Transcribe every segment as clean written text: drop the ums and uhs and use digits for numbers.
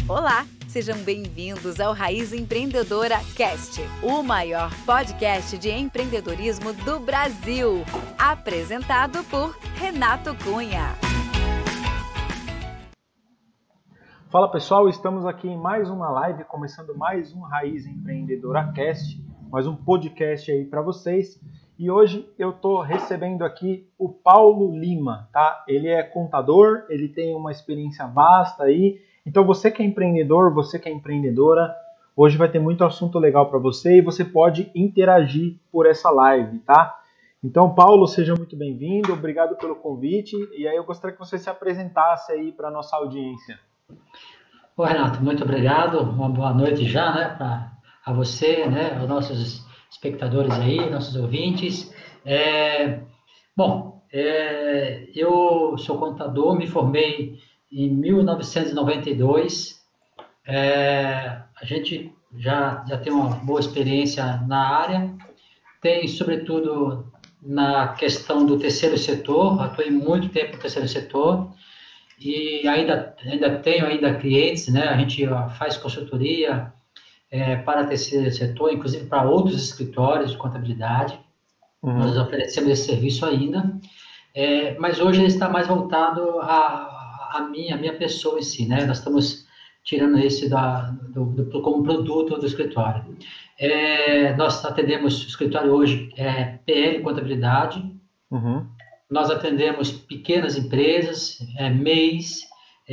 Olá, sejam bem-vindos ao Raiz Empreendedora Cast, o maior podcast de empreendedorismo do Brasil, apresentado por Renato Cunha. Fala pessoal, estamos aqui em mais uma live, começando mais um Raiz Empreendedora Cast, mais um podcast aí para vocês. E hoje eu estou recebendo aqui o Paulo Lima, tá? Ele é contador, ele tem uma experiência vasta aí. Então você que é empreendedor, você que é empreendedora, hoje vai ter muito assunto legal para você e você pode interagir por essa live, tá? Então, Paulo, seja muito bem-vindo, obrigado pelo convite. E aí eu gostaria que você se apresentasse aí para a nossa audiência. Ô, Renato, muito obrigado. Uma boa noite já, né, a você, né, aos nossos espectadores aí, nossos ouvintes. Eu sou contador, me formei em 1992. A gente já tem uma boa experiência na área, tem, sobretudo, na questão do terceiro setor, atuei muito tempo no terceiro setor, e ainda tenho clientes, né? A gente faz consultoria para terceiro setor, inclusive para outros escritórios de contabilidade. Nós oferecemos esse serviço ainda, mas hoje ele está mais voltado à minha pessoa em si, né? Nós estamos tirando esse como produto do escritório. Nós atendemos o escritório hoje, PL Contabilidade. Nós atendemos pequenas empresas, MEIs,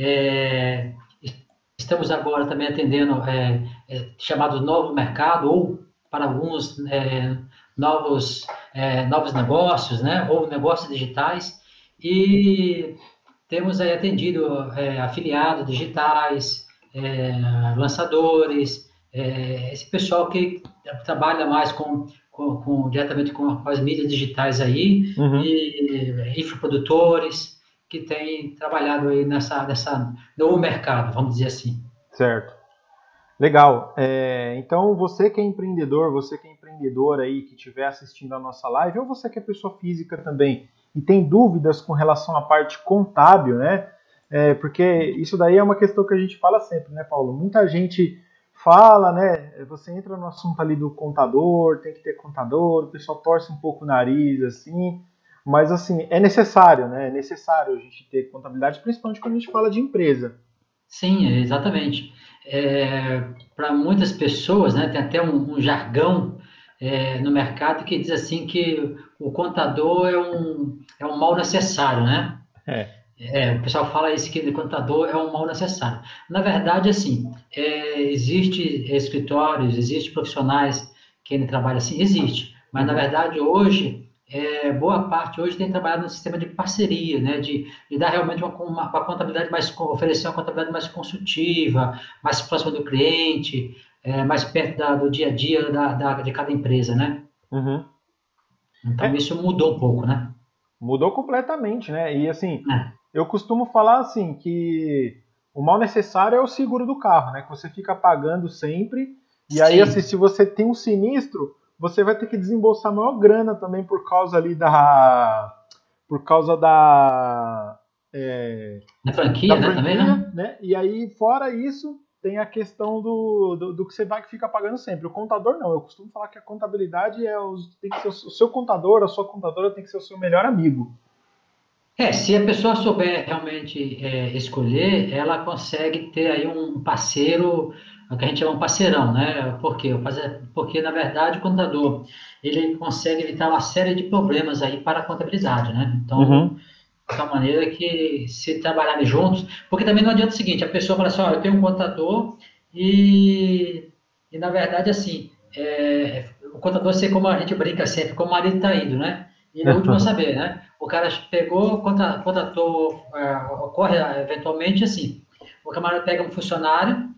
estamos agora também atendendo chamado novo mercado, ou para alguns novos negócios, né, ou negócios digitais, e temos aí atendido afiliados digitais, lançadores, esse pessoal que trabalha mais diretamente com as mídias digitais aí, e infoprodutores que têm trabalhado aí nessa novo mercado, vamos dizer assim. Certo. Legal. Então, você que é empreendedor, você que é empreendedora aí, que estiver assistindo a nossa live, ou você que é pessoa física também, e tem dúvidas com relação à parte contábil, né? Porque isso daí é uma questão que a gente fala sempre, né, Paulo? Muita gente fala, né? Você entra no assunto ali do contador, tem que ter contador, o pessoal torce um pouco o nariz, assim, mas assim, é necessário, né? É necessário a gente ter contabilidade, principalmente quando a gente fala de empresa. Sim, exatamente. Para muitas pessoas, né, tem até um jargão no mercado que diz assim que o contador é um mal necessário, né? O pessoal fala isso, que o contador é um mal necessário. Na verdade, assim, existe escritórios, existe profissionais que ainda trabalham assim, existe. Mas, na verdade, hoje, boa parte hoje tem trabalhado no sistema de parceria, né? De dar realmente uma contabilidade oferecer uma contabilidade mais consultiva, mais próxima do cliente, mais perto do dia a dia de cada empresa, né? Então, isso mudou um pouco, né? Mudou completamente, né? E assim, eu costumo falar assim, que o mal necessário é o seguro do carro, né? Que você fica pagando sempre, e aí assim, se você tem um sinistro, você vai ter que desembolsar maior grana também por causa ali da franquia, da né? Também, né? né? E aí, fora isso, tem a questão do que você vai ficar pagando sempre. O contador não, eu costumo falar que a contabilidade tem que ser o seu contador, a sua contadora tem que ser o seu melhor amigo. Se a pessoa souber realmente escolher, ela consegue ter aí um parceiro, o que a gente chama um parceirão, né? Por quê? Porque, na verdade, o contador, ele consegue evitar uma série de problemas aí para a contabilidade, né? Então, de tal maneira que, se trabalharem juntos, porque também não adianta o seguinte, a pessoa fala assim, eu tenho um contador e na verdade, assim, o contador, assim, como a gente brinca sempre, como o marido está indo, né? Ele é o último a saber, né? O cara pegou, contratou, ocorre eventualmente assim, o camarada pega um funcionário,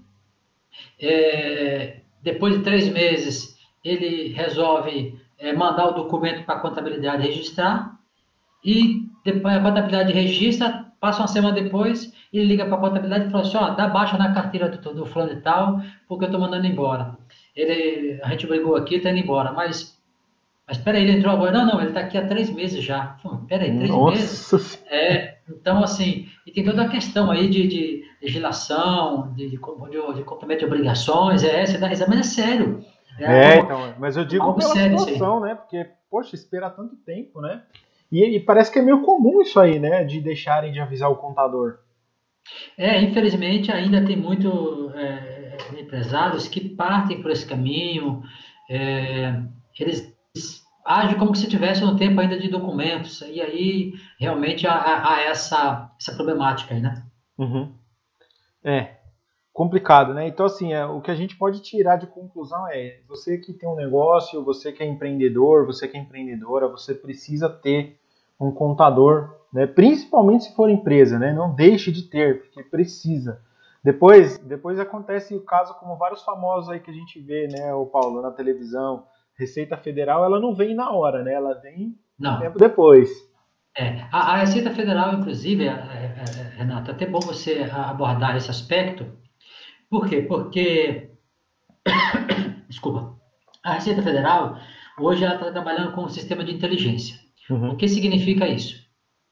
depois de 3 meses, ele resolve mandar o documento para a contabilidade registrar, e depois a contabilidade registra, passa uma semana depois, ele liga para a contabilidade e fala assim, dá baixa na carteira do fulano e tal, porque eu estou mandando embora. A gente brigou aqui, está indo embora, mas Mas espera aí, ele entrou agora? Não, ele está aqui há 3 meses já. Espera aí, 3 meses? Nossa. Então, assim, e tem toda a questão aí de legislação, de cumprimento de obrigações, você dá risada, mas é sério. Então, mas eu digo algo pela sério situação, né? Porque, poxa, esperar tanto tempo, né? E parece que é meio comum isso aí, né? De deixarem de avisar o contador. Infelizmente, ainda tem muito empresários que partem por esse caminho, eles agem como se tivesse um tempo ainda de documentos, e aí realmente há essa problemática aí, né? Uhum. Complicado, né? Então, assim, o que a gente pode tirar de conclusão é: você que tem um negócio, você que é empreendedor, você que é empreendedora, você precisa ter um contador, né? Principalmente se for empresa, né? Não deixe de ter, porque precisa. Depois acontece o caso como vários famosos aí que a gente vê, né, o Paulo, na televisão. Receita Federal, ela não vem na hora, né? Ela vem um tempo depois. A Receita Federal, inclusive, Renato, é até bom você abordar esse aspecto. Por quê? Porque, desculpa, a Receita Federal, hoje ela está trabalhando com um sistema de inteligência. Uhum. O que significa isso?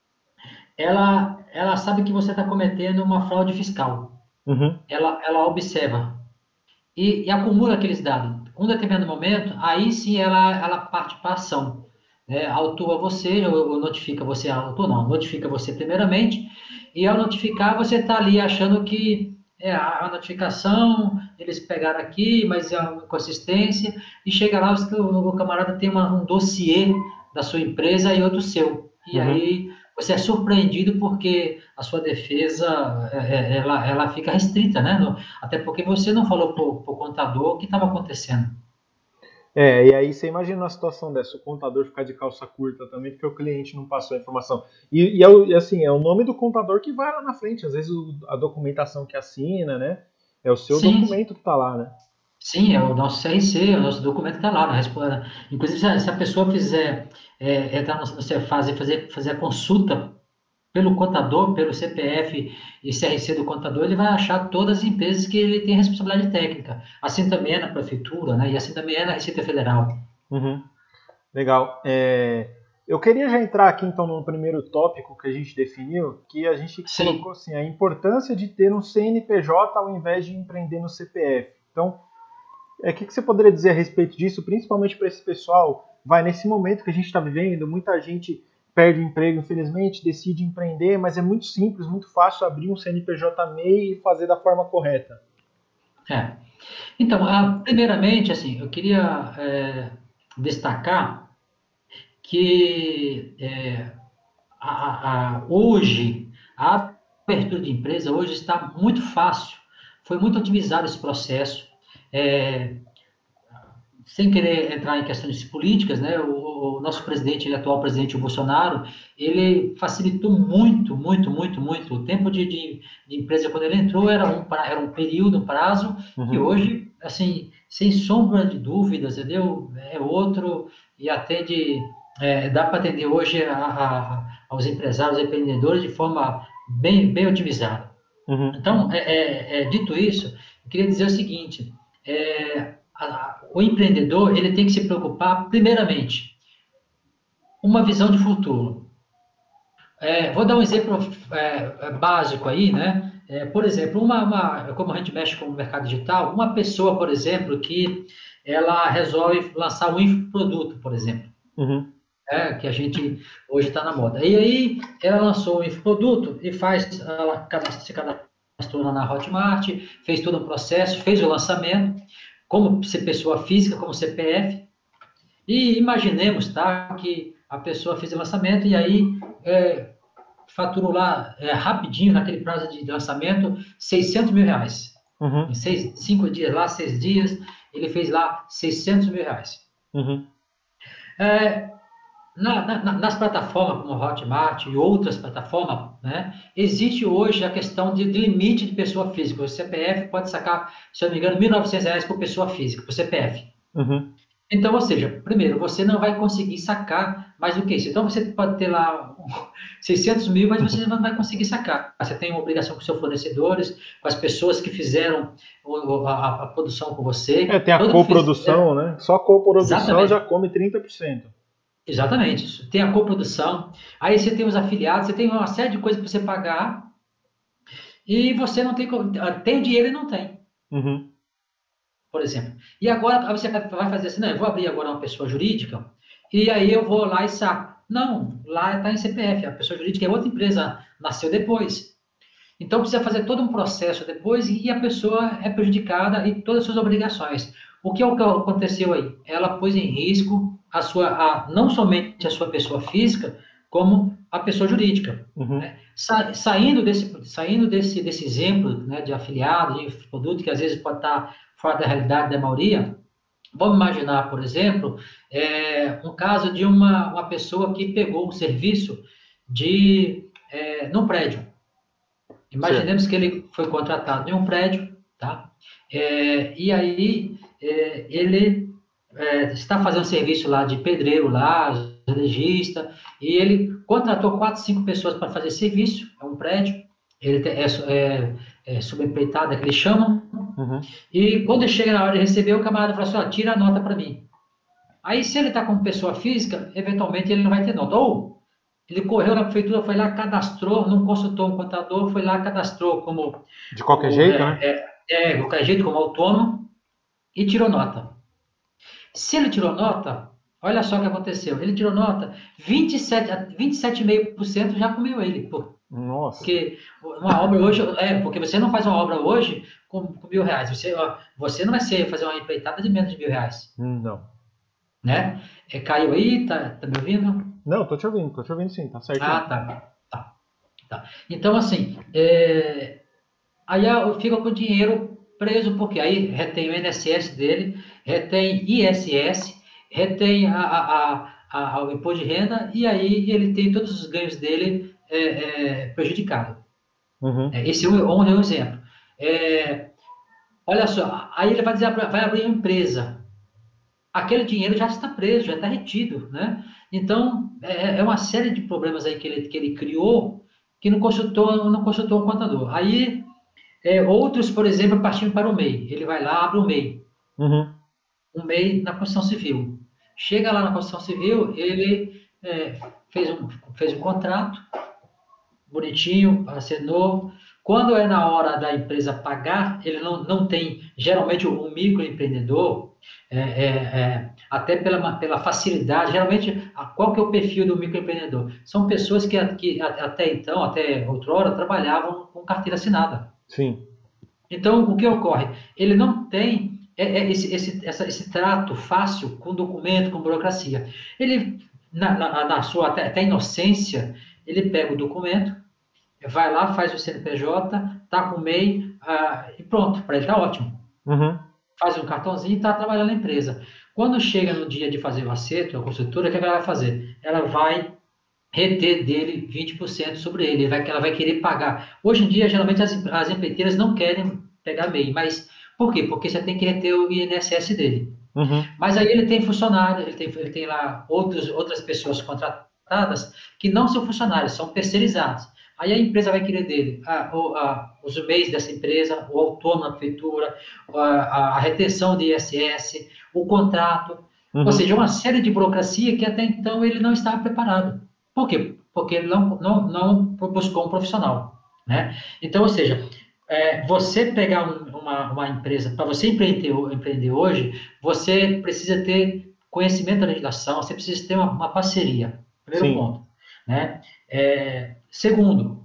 Ela sabe que você está cometendo uma fraude fiscal. Uhum. Ela observa e acumula aqueles dados. Com um determinado momento, aí sim ela parte para a ação. Autua você, ou notifica você, notifica você primeiramente, e ao notificar, você está ali achando que a notificação, eles pegaram aqui, mas é uma inconsistência, e chega lá, o camarada tem um dossiê da sua empresa e outro seu. E aí você é surpreendido porque a sua defesa ela fica restrita, né? Até porque você não falou para o contador o que estava acontecendo. E aí você imagina uma situação dessa, o contador ficar de calça curta também, porque o cliente não passou a informação. E assim, é o nome do contador que vai lá na frente, às vezes a documentação que assina, né? É o seu documento que está lá, né? Sim, é o nosso CRC, o nosso documento está lá. Inclusive, se a pessoa fizer entrar no Cefaz e fazer a consulta pelo contador, pelo CPF e CRC do contador, ele vai achar todas as empresas que ele tem responsabilidade técnica. Assim também é na prefeitura, né? E assim também é na Receita Federal. Uhum. Legal. Eu queria já entrar aqui, então, no primeiro tópico que a gente definiu, que a gente colocou assim, a importância de ter um CNPJ ao invés de empreender no CPF. Então, o que você poderia dizer a respeito disso, principalmente para esse pessoal? Nesse momento que a gente está vivendo, muita gente perde o emprego, infelizmente, decide empreender, mas é muito simples, muito fácil abrir um CNPJ MEI e fazer da forma correta. Então, primeiramente, assim, eu queria destacar que hoje, a abertura de empresa hoje está muito fácil, foi muito otimizado esse processo, sem querer entrar em questões políticas, né? O nosso presidente, atual presidente, o Bolsonaro, ele facilitou muito, muito, muito, muito. O tempo de empresa, quando ele entrou, era um período, um prazo, e hoje, assim, sem sombra de dúvidas, entendeu? É outro, e até dá para atender hoje aos empresários, empreendedores, de forma bem, bem otimizada. Então, dito isso, eu queria dizer o seguinte, o empreendedor, ele tem que se preocupar, primeiramente, uma visão de futuro. Vou dar um exemplo básico aí, né? Por exemplo, como a gente mexe com o mercado digital, uma pessoa, por exemplo, que ela resolve lançar um infoproduto, por exemplo, que a gente hoje está na moda. E aí, ela lançou o infoproduto e ela se cadastrou na Hotmart, fez todo o processo, fez o lançamento, como pessoa física, como CPF, e imaginemos, tá, que a pessoa fez o lançamento e aí faturou lá rapidinho, naquele prazo de lançamento, R$600 mil. Em 5 dias lá, 6 dias, ele fez lá R$600 mil. Nas plataformas como Hotmart e outras plataformas, né, existe hoje a questão de limite de pessoa física. O CPF pode sacar, se eu não me engano, R$1.900 por pessoa física, por CPF. Então, ou seja, primeiro, você não vai conseguir sacar mais do que isso. Então, você pode ter lá 600 mil, mas você não vai conseguir sacar. Você tem uma obrigação com seus fornecedores, com as pessoas que fizeram a produção com você. Tem a coprodução, né? Só a coprodução Exatamente. já come 30%. Exatamente. Isso. Tem a coprodução, aí você tem os afiliados, você tem uma série de coisas para você pagar e você não tem... Tem o dinheiro e não tem. Uhum. Por exemplo. E agora você vai fazer assim, não, eu vou abrir agora uma pessoa jurídica, e aí eu vou lá e saco. Não, lá está em CPF, a pessoa jurídica é outra empresa, nasceu depois. Então precisa fazer todo um processo depois e a pessoa é prejudicada e todas as suas obrigações. O que aconteceu aí? Ela pôs em risco não somente a sua pessoa física, como a pessoa jurídica. Uhum. Né? Saindo desse exemplo, né, de afiliado, de produto, que às vezes pode estar fora da realidade da maioria, vamos imaginar, por exemplo, um caso de uma pessoa que pegou um serviço num prédio. Imaginemos que ele foi contratado em um prédio, tá? E aí ele está fazendo serviço lá de pedreiro, lá, legista, e ele contratou 4, 5 pessoas para fazer serviço, é um prédio, ele subempreitado, é que eles chamam, Uhum. e quando ele chega na hora de receber, o camarada fala assim, tira a nota para mim. Aí, se ele está como pessoa física, eventualmente ele não vai ter nota. Ou ele correu na prefeitura, foi lá, cadastrou, não consultou um contador, foi lá, cadastrou como... De qualquer jeito, né? De qualquer jeito, como autônomo, e tirou nota. Se ele tirou nota, olha só o que aconteceu. Ele tirou nota, 27,5% já comeu ele. Nossa. Porque uma obra hoje, porque você não faz uma obra hoje com R$1.000. Você não vai fazer uma empreitada de menos de R$1.000. Não. Né? Caiu aí, tá me ouvindo? Não, tô te ouvindo sim, tá certo. Tá. Então, assim, aí fica com o dinheiro preso, porque aí retém o INSS dele, retém ISS, retém o imposto de renda, e aí ele tem todos os ganhos dele prejudicado. Uhum. Esse é um exemplo. Olha só, aí ele vai abrir uma empresa. Aquele dinheiro já está preso, já está retido, né? Então, é uma série de problemas aí que ele criou que não consultou o contador. Aí, outros, por exemplo, partindo para o MEI. Ele vai lá, abre o MEI. Uhum. Um MEI na Constituição Civil. Chega lá na Constituição Civil, ele fez um contrato, bonitinho, assinou. Quando é na hora da empresa pagar, ele não tem, geralmente o microempreendedor, até pela facilidade, geralmente, qual que é o perfil do microempreendedor? São pessoas que até então, até outrora, trabalhavam com carteira assinada. Sim. Então, o que ocorre? Ele não tem esse trato fácil com documento, com burocracia. Ele, na sua até inocência, ele pega o documento, vai lá, faz o CNPJ, tá com o MEI, e pronto, para ele tá ótimo. Uhum. Faz um cartãozinho e está trabalhando na empresa. Quando chega no dia de fazer o acerto, a consultora, o que ela vai fazer? Ela vai reter dele 20% sobre ele, ela vai querer pagar. Hoje em dia, geralmente, as empreiteiras não querem pegar MEI, mas por quê? Porque você tem que reter o INSS dele. Uhum. Mas aí ele tem funcionário, ele tem lá outras pessoas contratadas que não são funcionários, são terceirizados. Aí a empresa vai querer dele os MEIs dessa empresa, o autônomo na prefeitura, a retenção de ISS, o contrato, ou seja, uma série de burocracia que até então ele não estava preparado. Por quê? Porque ele não buscou um profissional, né? Então, ou seja, você pegar uma empresa, para você empreender hoje, você precisa ter conhecimento da legislação, você precisa ter uma parceria, primeiro ponto, né? Segundo,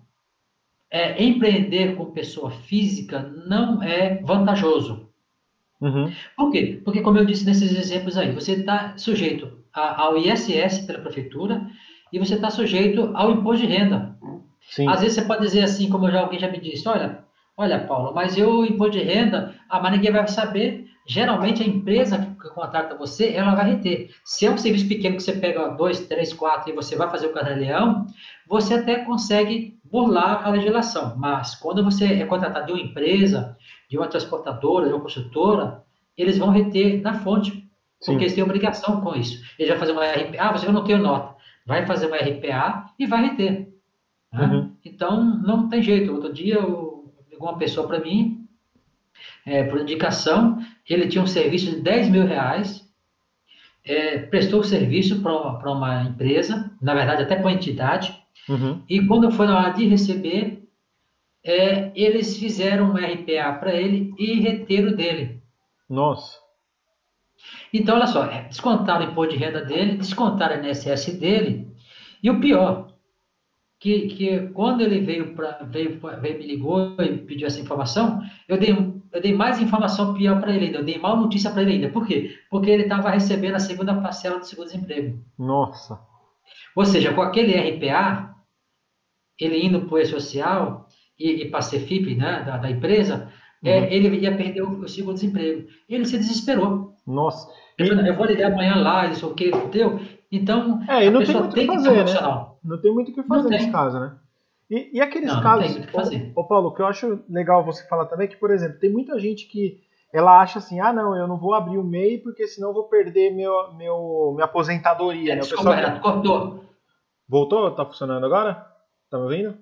empreender com pessoa física não é vantajoso. Uhum. Por quê? Porque, como eu disse nesses exemplos aí, você está sujeito ao ISS pela prefeitura e você está sujeito ao imposto de renda. Sim. Às vezes você pode dizer assim, como alguém já me disse, olha, Paulo, mas o imposto de renda, mas ninguém vai saber. Geralmente a empresa que contrata você, ela vai reter. Se é um serviço pequeno que você pega 2, 3, 4 e você vai fazer o carnê-leão, você até consegue burlar a legislação. Mas quando você é contratado de uma empresa, de uma transportadora, de uma construtora, eles vão reter na fonte. porque Sim. eles têm obrigação com isso. Ele vai fazer uma RPA, você não tem nota, vai fazer uma RPA e vai reter. Né? Uhum. Então, não tem jeito. Outro dia, ligou uma pessoa para mim, por indicação, ele tinha um serviço de R$ 10.000, prestou o serviço para uma empresa, na verdade até para uma entidade, Uhum. e quando foi na hora de receber, eles fizeram um RPA para ele e reteram dele. Nossa. Então, olha só, descontaram o imposto de renda dele, descontaram o INSS dele, e o pior, que quando ele veio, me ligou e pediu essa informação, eu dei mais informação pior para ele ainda, eu dei mal notícia para ele ainda. Por quê? Porque ele estava recebendo a segunda parcela do seguro-desemprego. Nossa. Ou seja, com aquele RPA, ele indo para o E-Social e para a Cefip, né, da empresa, Uhum. ele ia perder o seguro-desemprego. Ele se desesperou. Nossa. Ele falou, E, "Não, eu vou ligar amanhã lá, isso o que, entendeu? Então, e a não tem pessoa muito o que tem que ter um fazer, né? profissional. Não tem muito o que Não fazer nesse tem. caso, né? E aqueles Não, não tem casos, muito o que fazer. Paulo, o que eu acho legal você falar também é que, por exemplo, tem muita gente que ela acha assim, ah, não, eu não vou abrir o MEI porque senão eu vou perder minha aposentadoria, né? O Desculpa, pessoal que... Renato, cortou. Voltou? Tá funcionando agora? Tá me ouvindo?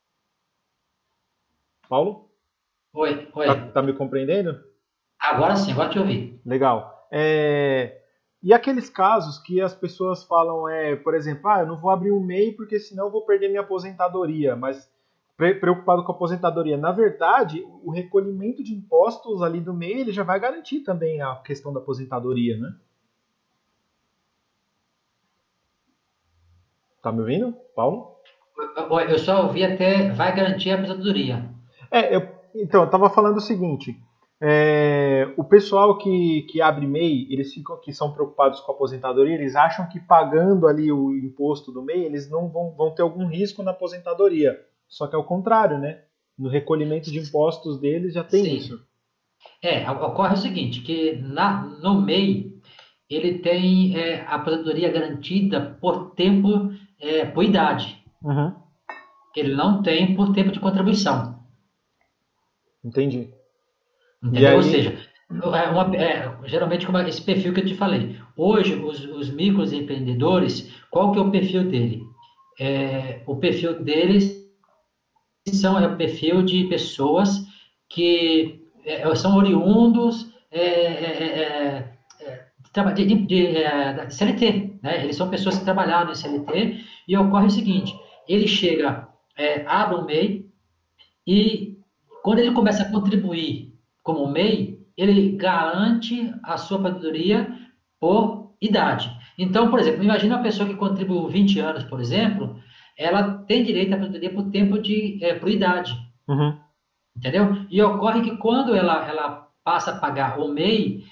Paulo? Oi, oi. Tá me compreendendo? Agora sim, agora te ouvi. Legal. E aqueles casos que as pessoas falam, por exemplo, ah, eu não vou abrir um MEI porque senão eu vou perder minha aposentadoria, mas preocupado com a aposentadoria. Na verdade, o recolhimento de impostos ali do MEI, ele já vai garantir também a questão da aposentadoria, né? Tá me ouvindo, Paulo? Eu só ouvi até vai garantir a aposentadoria. Então, eu estava falando o seguinte, o pessoal que abre MEI, eles ficam que são preocupados com a aposentadoria, eles acham que pagando ali o imposto do MEI, eles não vão ter algum risco na aposentadoria. Só que é o contrário, né? No recolhimento de impostos deles já tem Sim. isso. Ocorre o seguinte, que no MEI, ele tem a aposentadoria garantida por tempo, por idade. Uhum. Ele não tem por tempo de contribuição. Entendi. E Entendeu? Ou aí, seja, geralmente como esse perfil que eu te falei. Hoje, os microempreendedores, qual que é o perfil dele? O perfil deles é o perfil de pessoas que são oriundos de CLT, né? Eles são pessoas que trabalharam em CLT e ocorre o seguinte, ele chega, abre um MEI e quando ele começa a contribuir como MEI, ele garante a sua aposentadoria por idade. Então, por exemplo, imagina uma pessoa que contribuiu 20 anos, por exemplo, ela tem direito à aposentadoria por tempo por idade. uhum. Entendeu? E ocorre que quando ela passa a pagar o MEI,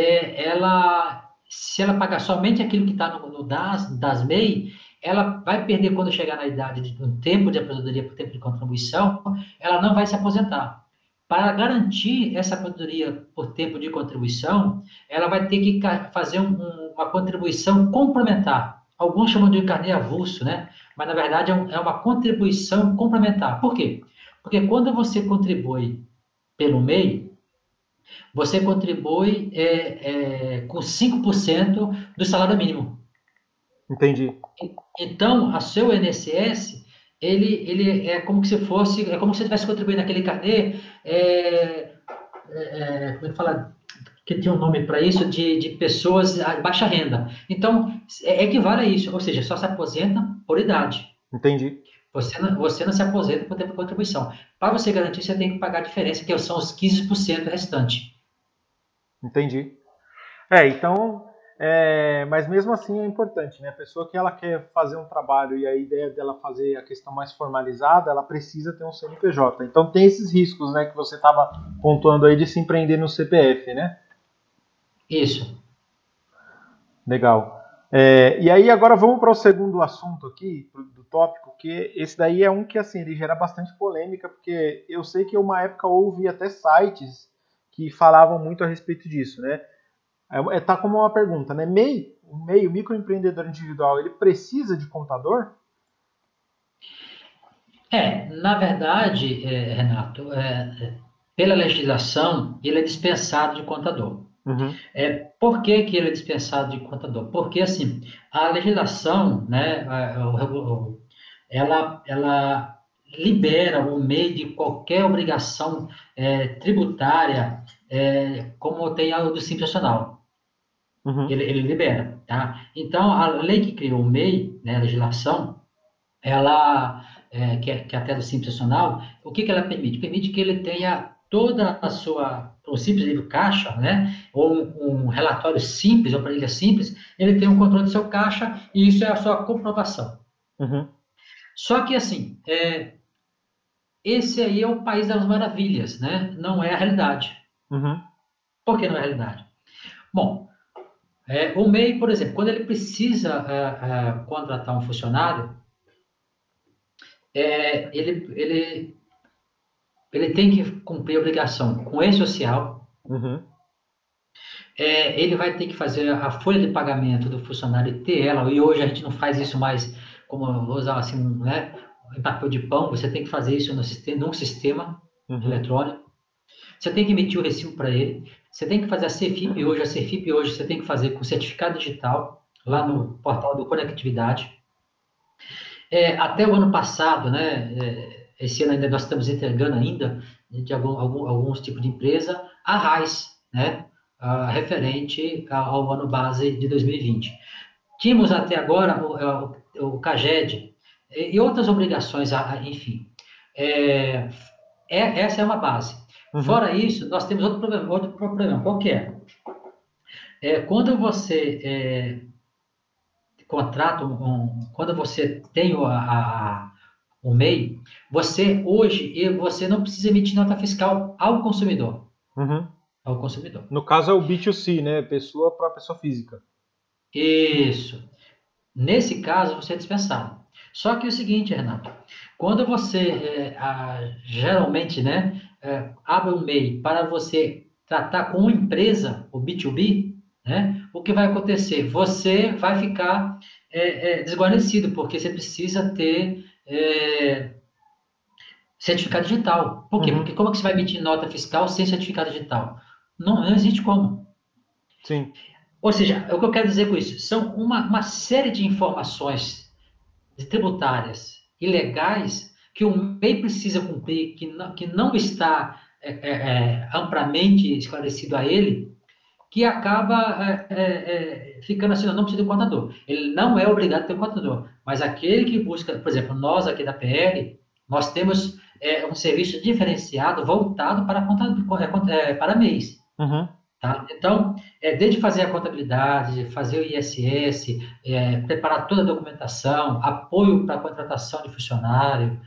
se ela pagar somente aquilo que está no das MEI, ela vai perder quando chegar na idade do tempo de aposentadoria por tempo de contribuição, ela não vai se aposentar. Para garantir essa aposentadoria por tempo de contribuição, ela vai ter que fazer uma contribuição complementar. Alguns chamam de carnê avulso, né? Mas na verdade é uma contribuição complementar. Por quê? Porque quando você contribui pelo MEI, você contribui com 5% do salário mínimo. Entendi. Então, a seu INSS, ele é como se fosse, é como se você estivesse contribuindo naquele carnê, como é que fala, que tem um nome para isso, de pessoas de baixa renda. Então, equivale a isso, ou seja, só se aposenta por idade. Entendi. Você não se aposenta por tempo de contribuição. Para você garantir, você tem que pagar a diferença, que são os 15% restante. Entendi. Então, mas mesmo assim é importante, né? A pessoa que ela quer fazer um trabalho e a ideia dela fazer a questão mais formalizada, ela precisa ter um CNPJ. Então tem esses riscos, né, que você estava pontuando aí de se empreender no CPF, né? Isso. Legal. E aí agora vamos para o segundo assunto aqui, do tópico, que esse daí é um que assim, ele gera bastante polêmica, porque eu sei que uma época houve até sites que falavam muito a respeito disso, né? Tá como uma pergunta, né? O microempreendedor individual, ele precisa de contador? Na verdade, Renato, pela legislação, ele é dispensado de contador. Uhum. Por que que ele é dispensado de contador? Porque, assim, a legislação, né, ela libera o MEI de qualquer obrigação tributária, como tem a do Simples Nacional. Uhum. Ele libera, tá? Então, a lei que criou o MEI, né, a legislação, ela, que é até do Simples Nacional, o que que ela permite? Permite que ele tenha toda a sua, um simples livro caixa, né, ou um relatório simples, ou planilha simples, ele tem um controle do seu caixa e isso é a sua comprovação. Uhum. Só que, assim, esse aí é o país das maravilhas, né? Não é a realidade. Uhum. Por que não é a realidade? Bom, o MEI, por exemplo, quando ele precisa contratar um funcionário, ele tem que cumprir a obrigação com o social, Uhum. ele vai ter que fazer a folha de pagamento do funcionário e ter ela, e hoje a gente não faz isso mais, como eu vou usar assim, né, em papel de pão, você tem que fazer isso num sistema Uhum. eletrônico, você tem que emitir o recibo para ele, você tem que fazer a CFIP hoje você tem que fazer com certificado digital, lá no portal do Conectividade. Até o ano passado, né, esse ano ainda nós estamos entregando ainda, de alguns tipos de empresa, a RAIS, né, referente ao ano base de 2020. Tínhamos até agora o CAGED e outras obrigações, enfim. Essa é uma base. Uhum. Fora isso, nós temos outro problema. Qual que é? Quando você contrata, quando você tem o MEI, você não precisa emitir nota fiscal ao consumidor. Uhum. Ao consumidor. No caso é o B2C, né? Pessoa para pessoa física. Isso. Nesse caso, você é dispensado. Só que é o seguinte, Renato, quando você geralmente, né, abre um MEI para você tratar com uma empresa, o B2B, né, o que vai acontecer? Você vai ficar desguarnecido, porque você precisa ter certificado digital. Por quê? Uhum. Porque como que você vai emitir nota fiscal sem certificado digital? Não existe como. Sim. Ou seja, o que eu quero dizer com isso? São uma série de informações tributárias e legais que o MEI precisa cumprir, que não está amplamente esclarecido a ele, que acaba ficando assim, não precisa de um contador. Ele não é obrigado a ter um contador, mas aquele que busca, por exemplo, nós aqui da PL, nós temos um serviço diferenciado voltado para MEIs. Uhum. Tá? Então, desde fazer a contabilidade, fazer o ISS, preparar toda a documentação, apoio para a contratação de funcionário,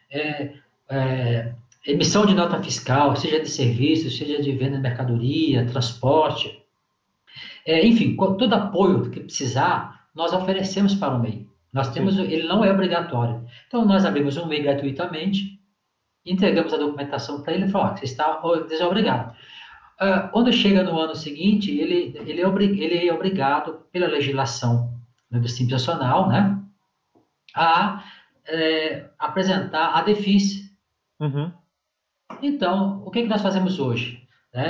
emissão de nota fiscal, seja de serviços, seja de venda de mercadoria, transporte, enfim, todo apoio que precisar, nós oferecemos para o MEI. Nós temos, ele não é obrigatório. Então, nós abrimos um MEI gratuitamente, entregamos a documentação para ele e falamos, você está desobrigado. Quando chega no ano seguinte, ele é obrigado pela legislação, né, do Simples Nacional, né, a apresentar a DEFIS. Uhum. Então, o que nós fazemos hoje?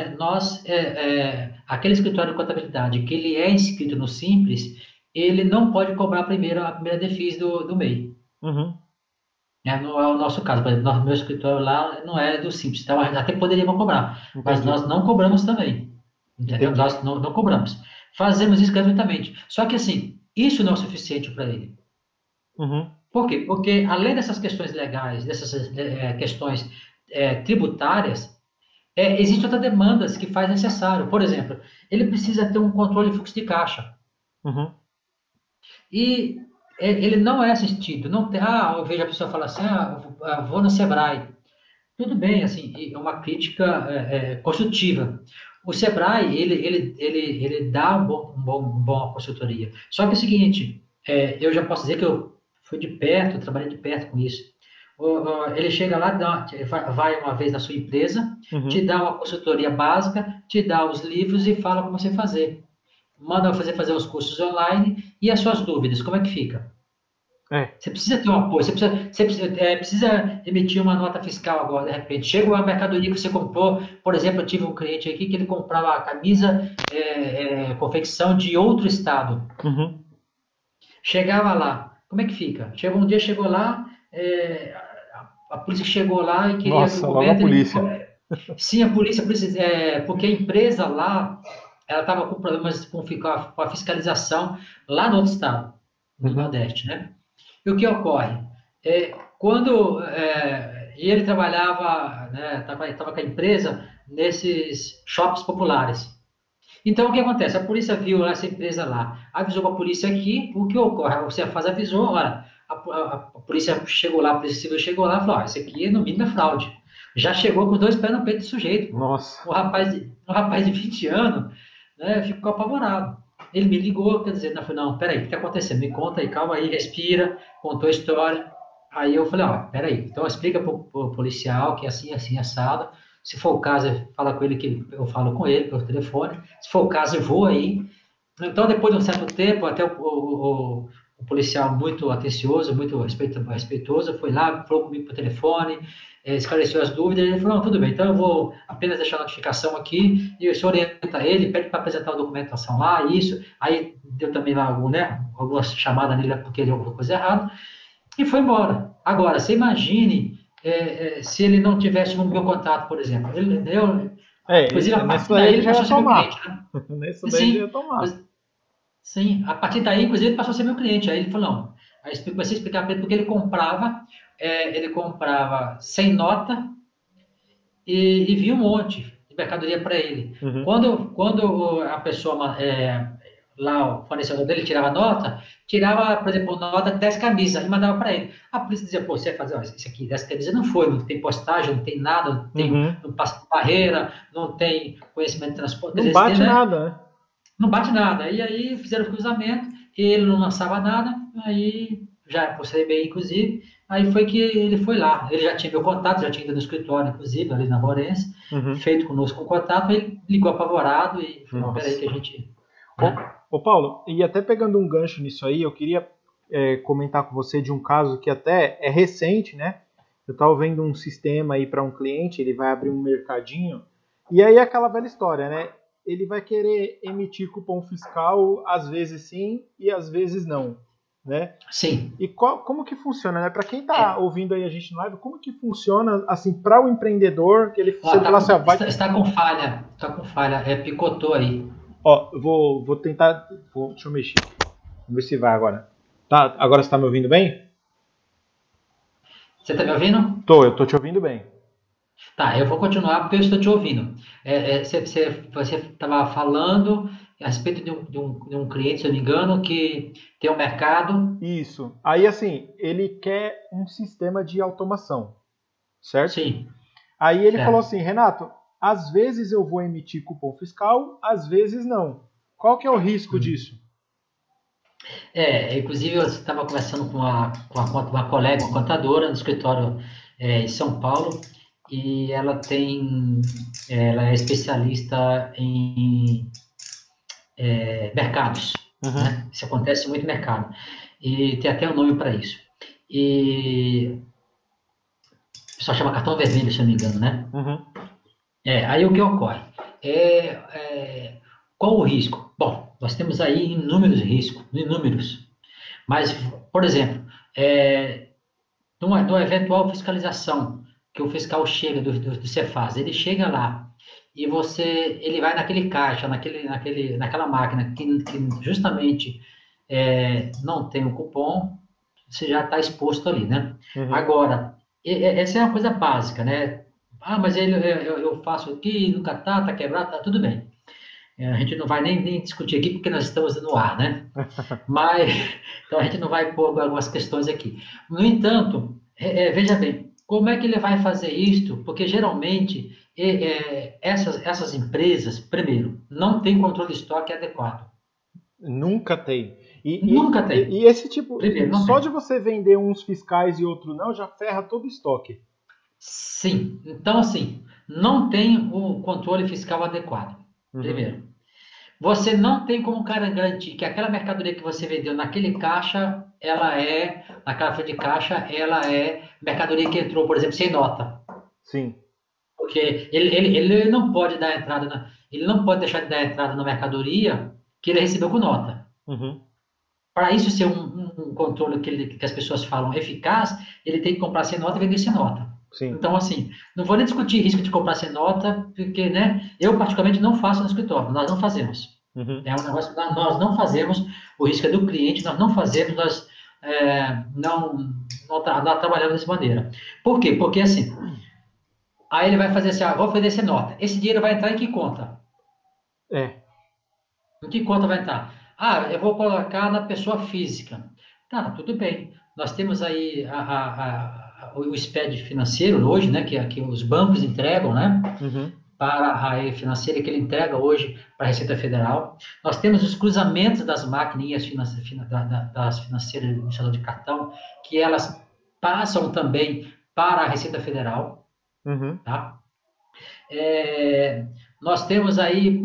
Aquele escritório de contabilidade que ele é inscrito no Simples, ele não pode cobrar a primeira DEFIS do MEI. Uhum. Não é o nosso caso, por exemplo, meu escritório lá não é do Simples, então até poderíamos cobrar, Entendi. mas nós não cobramos também, entendeu? Entendi. Nós não cobramos. Fazemos isso gratuitamente. Só que, assim, isso não é suficiente para ele. Uhum. Por quê? Porque, além dessas questões legais, dessas questões tributárias, existem outras demandas que faz necessário. Por exemplo, ele precisa ter um controle de fluxo de caixa. Uhum. E ele não é assistido. Não tem, eu vejo a pessoa falar assim, vou no Sebrae. Tudo bem, assim, é uma crítica construtiva. O Sebrae, ele dá uma boa consultoria. Só que é o seguinte, eu já posso dizer que eu fui de perto, trabalhei de perto com isso. Ele chega lá, vai uma vez na sua empresa, Uhum. te dá uma consultoria básica, te dá os livros e fala como você fazer. Manda você fazer os cursos online e as suas dúvidas, como é que fica? Você precisa ter um apoio, precisa emitir uma nota fiscal agora, de repente. Chega uma mercadoria que você comprou, por exemplo, eu tive um cliente aqui que ele comprava a camisa, confecção de outro estado. Chegava lá, como é que fica? Um dia chegou lá, a polícia chegou lá e queria Nossa, logo a polícia. Sim, a polícia, porque a empresa lá, ela estava com problemas com a fiscalização lá no outro estado, no Nordeste, né? E o que ocorre? E ele trabalhava, né, estava com a empresa nesses shoppings populares. Então, o que acontece? A polícia viu essa empresa lá, avisou para a polícia aqui, o que ocorre? A Cefaz avisou, olha, a polícia chegou lá, a polícia civil chegou lá e falou, isso aqui no mínimo é fraude. Já chegou com 2 pés no peito do sujeito. Nossa. Um rapaz de 20 anos, né, ficou apavorado. Ele me ligou, quer dizer, não, peraí, o que está acontecendo? Me conta aí, calma aí, respira, contou a história. Aí eu falei, peraí, então explica para o policial que é assim, assim, assado. Se for o caso, fala com ele que eu falo com ele pelo telefone. Se for o caso, eu vou aí. Então, depois de um certo tempo, até o policial muito atencioso, muito respeitoso, foi lá, falou comigo por telefone, esclareceu as dúvidas, ele falou, tudo bem, então eu vou apenas deixar a notificação aqui, e o senhor orienta ele, pede para apresentar a documentação lá, isso, aí deu também lá alguma chamada nele, porque ele alguma coisa errada, e foi embora. Agora, você imagine se ele não tivesse no meu contato, por exemplo. Inclusive, a partir daí ele já ia tomar. Nesse daí ele ia tomar. Sim, a partir daí, inclusive, ele passou a ser meu cliente. Aí ele falou, não. Aí comecei a explicar para ele porque ele comprava sem nota e vinha um monte de mercadoria para ele. Quando a pessoa, lá, o fornecedor dele tirava nota, por exemplo, nota de 10 camisas e mandava para ele. A polícia dizia, você vai fazer, isso aqui, 10 camisas não foi, não tem postagem, não tem nada, não passa por barreira, não tem conhecimento de transporte. Não bate nada, né? Não bate nada. E aí fizeram o cruzamento, ele não lançava nada, aí já por CBI, inclusive, aí foi que ele foi lá. Ele já tinha meu contato, já tinha ido no escritório, inclusive, ali na Morense, feito conosco um contato, ele ligou apavorado e falou, peraí que a gente... Ô Paulo, e até pegando um gancho nisso aí, eu queria comentar com você de um caso que até é recente, né? Eu estava vendo um sistema aí para um cliente, ele vai abrir um mercadinho, e aí é aquela velha história, né? Ele vai querer emitir cupom fiscal, às vezes sim e às vezes não, né? Sim. E como que funciona, né? Para quem está ouvindo aí a gente no live, como que funciona, assim, para o empreendedor, que ele está com falha, picotou aí. Vou tentar, deixa eu mexer, vamos ver se vai agora. Tá, agora você está me ouvindo bem? Você está me ouvindo? Eu estou te ouvindo bem. Tá, eu vou continuar porque eu estou te ouvindo. Você estava falando a respeito de um cliente, se eu não me engano, que tem um mercado. Isso. Aí, assim, ele quer um sistema de automação, certo? Sim. Aí ele falou assim, Renato, às vezes eu vou emitir cupom fiscal, às vezes não. Qual que é o risco disso? Inclusive eu estava conversando com uma colega, uma contadora no escritório em São Paulo, e ela é especialista em mercados, né? Isso acontece muito em mercado, e tem até um nome para isso. E o pessoal chama cartão vermelho, se eu não me engano, né? Aí o que ocorre? Qual o risco? Bom, nós temos aí inúmeros riscos, mas, por exemplo, numa eventual fiscalização, que o fiscal chega do Cefaz, ele chega lá e ele vai naquele caixa, naquela máquina que justamente não tem o cupom, você já está exposto ali, né? Agora, essa é uma coisa básica, né? Mas eu faço aqui, nunca tá quebrado, tá tudo bem. A gente não vai nem discutir aqui porque nós estamos no ar, né? Então a gente não vai pôr algumas questões aqui. No entanto, veja bem, como é que ele vai fazer isto? Porque geralmente essas empresas, primeiro, não tem controle de estoque adequado. Nunca tem. Nunca tem. E esse tipo, primeiro, só de você vender uns fiscais e outro não, já ferra todo o estoque. Sim. Então, assim, não tem o controle fiscal adequado. Primeiro. Você não tem como garantir que aquela mercadoria que você vendeu naquele caixa naquela frente de caixa, ela é mercadoria que entrou, por exemplo, sem nota. Sim. Porque ele não pode dar entrada, ele não pode deixar de dar entrada na mercadoria que ele recebeu com nota. Uhum. Para isso ser um controle que as pessoas falam eficaz, ele tem que comprar sem nota e vender sem nota. Sim. Então, assim, não vou nem discutir risco de comprar sem nota, porque, né, eu particularmente não faço no escritório, nós não fazemos. Uhum. É um negócio que nós não fazemos, o risco é do cliente, nós não fazemos, nós não trabalhamos dessa maneira. Por quê? Porque, assim, aí ele vai fazer assim, vou fazer sem nota. Esse dinheiro vai entrar em que conta? Em que conta vai entrar? Eu vou colocar na pessoa física. Tá, tudo bem. Nós temos aí o SPED financeiro hoje, né, que os bancos entregam, né, para a área financeira, que ele entrega hoje para a Receita Federal. Nós temos os cruzamentos das maquininhas das financeiras de emissão de cartão, que elas passam também para a Receita Federal. Tá? Nós temos aí,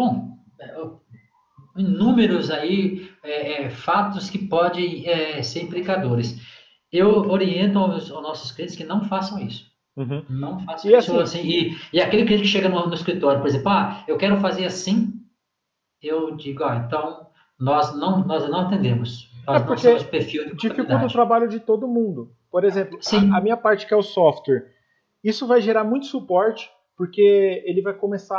inúmeros aí fatos que podem ser implicadores. Eu oriento aos nossos clientes que não façam isso. Não façam isso assim. E aquele cliente que chega no escritório, por exemplo, eu quero fazer assim, eu digo, então nós não atendemos. Nós não somos perfil de dificulta o trabalho de todo mundo. Por exemplo, a minha parte que é o software, isso vai gerar muito suporte, porque ele vai começar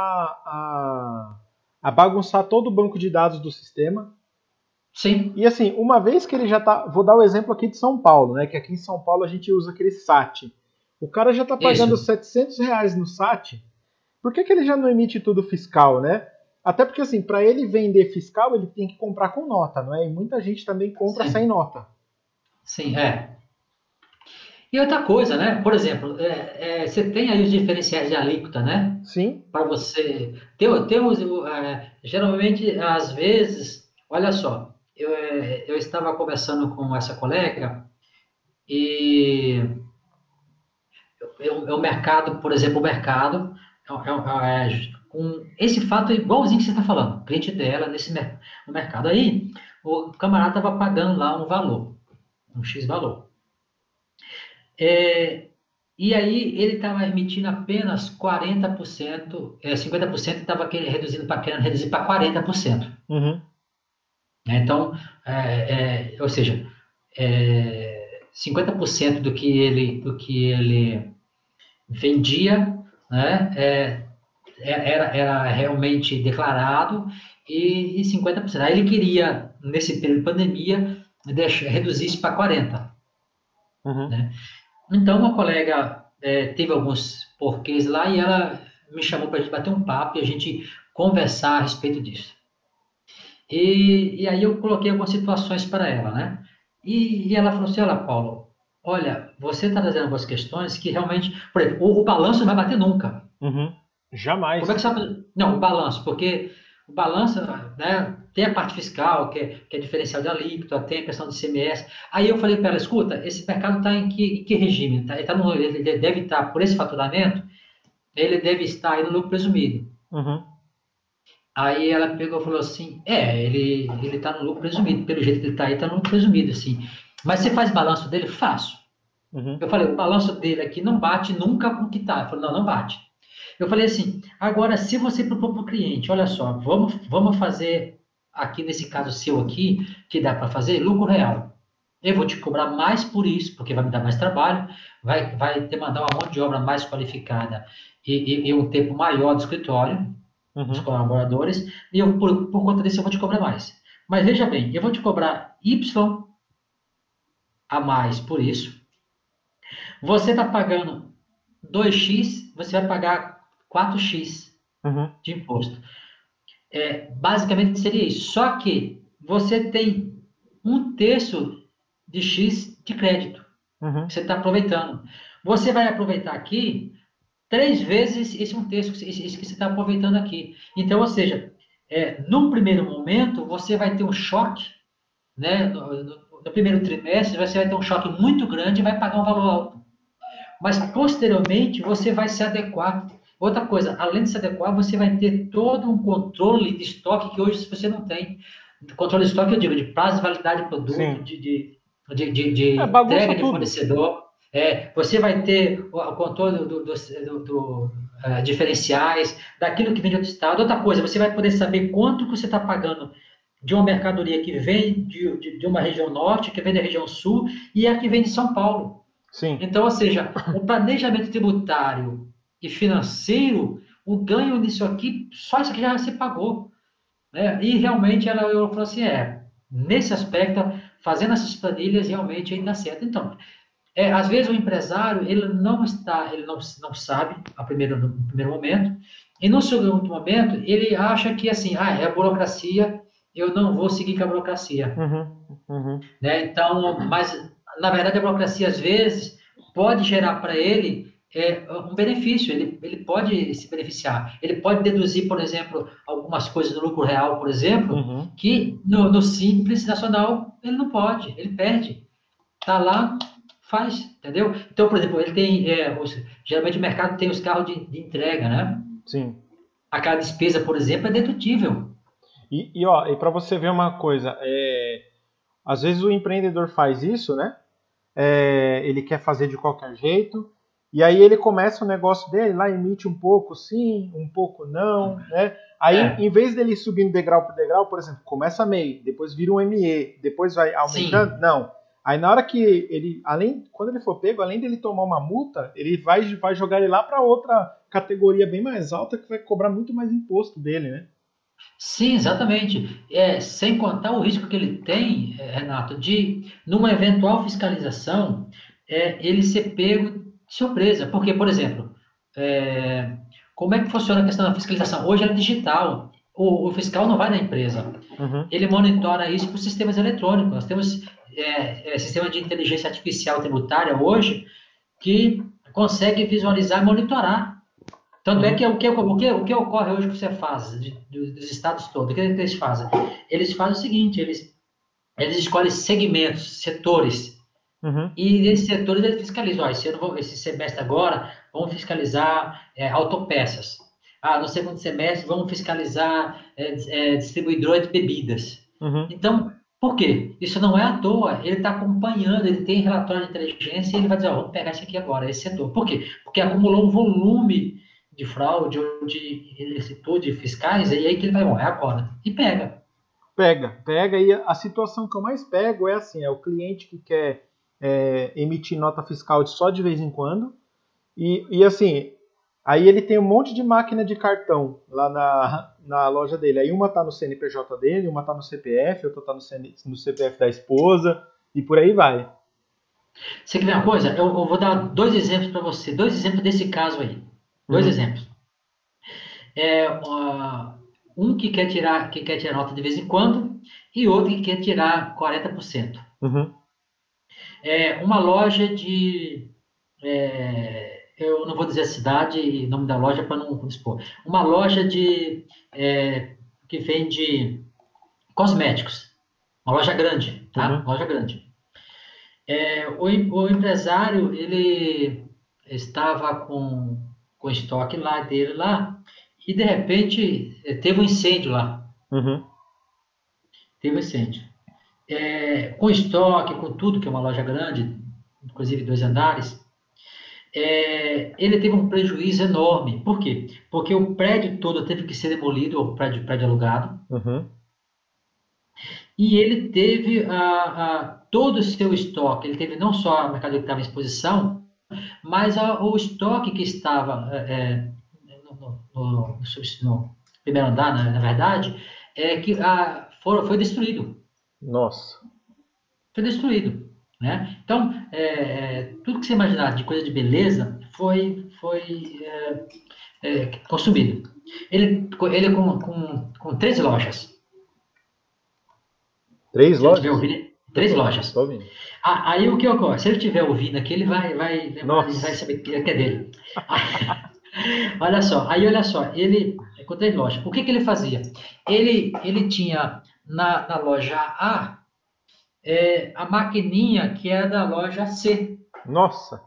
a bagunçar todo o banco de dados do sistema. Sim. E assim, uma vez que ele já tá... Vou dar o exemplo aqui de São Paulo, né? Que aqui em São Paulo a gente usa aquele SAT. O cara já está pagando R$700 no SAT. Por que ele já não emite tudo fiscal, né? Até porque, assim, para ele vender fiscal, ele tem que comprar com nota, não é? E muita gente também compra sem nota. Sim, E outra coisa, né? Por exemplo, você tem aí os diferenciais de alíquota, né? Sim. Para você... geralmente, às vezes... Olha só, eu estava conversando com essa colega e o mercado, por exemplo, com esse fato igualzinho que você está falando, cliente dela no mercado. Aí, o camarada estava pagando lá um valor, um X valor. E aí, ele estava emitindo apenas 40%, 50% e estava querendo reduzir para 40%. Então, ou seja, 50% do que ele vendia, né, era realmente declarado, e 50%. Aí ele queria, nesse período de pandemia, reduzir isso para 40%. Né? Então, uma colega teve alguns porquês lá e ela me chamou para a gente bater um papo e a gente conversar a respeito disso. E aí eu coloquei algumas situações para ela, né? E ela falou assim, olha, Paulo, olha, você está trazendo algumas questões que realmente... Por exemplo, o balanço não vai bater nunca. Jamais. Como é que você vai... Não, o balanço, porque o balanço, né, tem a parte fiscal, que é diferencial de alíquota, tem a questão do ICMS. Aí eu falei para ela, escuta, esse mercado está em que regime? Ele deve estar, por esse faturamento, ele deve estar aí no lucro presumido. Aí ela pegou e falou assim, ele está no lucro presumido, pelo jeito que ele está aí, está no lucro presumido, assim. Mas você faz balanço dele? Faço. Eu falei, o balanço dele aqui não bate nunca com o que está. Ele falou, não bate. Eu falei assim, agora, se você propor para o cliente, olha só, vamos fazer aqui, nesse caso seu aqui, que dá para fazer, lucro real. Eu vou te cobrar mais por isso, porque vai me dar mais trabalho, vai demandar uma mão de obra mais qualificada e um tempo maior do escritório, dos colaboradores, e eu, por conta disso, eu vou te cobrar mais. Mas veja bem, eu vou te cobrar Y a mais por isso. Você está pagando 2x, você vai pagar 4x de imposto. Basicamente seria isso. Só que você tem 1/3 de x de crédito que você está aproveitando. Você vai aproveitar aqui 3 vezes esse 1/3 que você está aproveitando aqui. Então, ou seja, num primeiro momento, você vai ter um choque, né? No primeiro trimestre, você vai ter um choque muito grande e vai pagar um valor alto. Mas, posteriormente, você vai se adequar. Outra coisa, além de se adequar, você vai ter todo um controle de estoque que hoje você não tem. Controle de estoque, eu digo, de prazo de validade de produto, de bagunça entrega de tudo. fornecedor. Você vai ter o controle diferenciais, daquilo que vem de outro estado. Outra coisa, você vai poder saber quanto que você está pagando de uma mercadoria que vem de uma região norte, que vem da região sul, e a que vem de São Paulo. Sim. Então, ou seja, o planejamento tributário e financeiro, o ganho nisso aqui, só isso aqui já se pagou. Né? E realmente ela falou assim, nesse aspecto, fazendo essas planilhas, realmente aí dá certo. Então, às vezes o empresário, ele não sabe no primeiro momento, e no segundo momento, ele acha que assim, é a burocracia, eu não vou seguir com a burocracia. Né? Então, mas, na verdade, a burocracia, às vezes, pode gerar para ele um benefício, ele pode se beneficiar. Ele pode deduzir, por exemplo, algumas coisas do lucro real, por exemplo, que no Simples Nacional ele não pode, ele perde. Está lá, faz, entendeu? Então, por exemplo, ele tem, geralmente o mercado tem os carros de entrega, né? Sim. Aquela despesa, por exemplo, é dedutível. E para você ver uma coisa, às vezes o empreendedor faz isso, né? Ele quer fazer de qualquer jeito, e aí ele começa o negócio dele, lá emite um pouco sim, um pouco não, né? Aí, em vez dele ir subindo degrau por degrau, por exemplo, começa MEI, depois vira um ME, depois vai aumentando, sim. Não. Aí na hora que ele, quando ele for pego, além dele tomar uma multa, ele vai jogar ele lá para outra categoria bem mais alta, que vai cobrar muito mais imposto dele, né? Sim, exatamente. Sem contar o risco que ele tem, Renato, de, numa eventual fiscalização, ele ser pego de surpresa. Porque, por exemplo, como é que funciona a questão da fiscalização? Hoje ela é digital. O fiscal não vai na empresa. Ele monitora isso por sistemas eletrônicos. Nós temos sistema de inteligência artificial tributária hoje que consegue visualizar e monitorar. Tanto é que o que ocorre hoje que você faz dos estados todos, o que eles fazem? Eles fazem o seguinte, eles escolhem segmentos, setores, e nesses setores eles fiscalizam. Esse semestre agora, vamos fiscalizar autopeças. No segundo semestre, vamos fiscalizar distribuidores de bebidas. Então, por quê? Isso não é à toa, ele está acompanhando, ele tem relatório de inteligência e ele vai dizer, vamos pegar esse aqui agora, esse setor. Por quê? Porque acumulou um volume de fraude ou de ilicitude fiscais, e aí que ele vai, agora. E pega. Pega, e a situação que eu mais pego é assim, é o cliente que quer emitir nota fiscal só de vez em quando, e assim, aí ele tem um monte de máquina de cartão lá na loja dele, aí uma tá no CNPJ dele, uma tá no CPF, outra tá no CPF da esposa, e por aí vai. Você quer ver uma coisa? Eu vou dar 2 exemplos para você, 2 exemplos desse caso aí. 2 exemplos. Um que quer tirar nota de vez em quando e outro que quer tirar 40%. Uma loja de... eu não vou dizer a cidade e nome da loja para não expor. Uma loja que vende cosméticos. Uma loja grande, tá? Uma loja grande. O empresário, ele estava com estoque dele lá, e de repente teve um incêndio lá. Teve um incêndio. Com estoque, com tudo, que é uma loja grande, inclusive 2 andares, ele teve um prejuízo enorme. Por quê? Porque o prédio todo teve que ser demolido, o prédio alugado, e ele teve todo o seu estoque, ele teve não só a mercadoria que estava em exposição, mas o estoque que estava no primeiro andar, na verdade, que foi destruído. Nossa. Foi destruído, né? Então, tudo que você imaginar de coisa de beleza foi consumido. Ele com 3 lojas. 3 lojas? 3 lojas. Tô ouvindo. Aí o que ocorre? Se ele estiver ouvindo aqui, ele vai saber que é dele. Olha só, ele com 3 lojas. O que ele fazia? Ele tinha na loja A a maquininha que é da loja C. Nossa!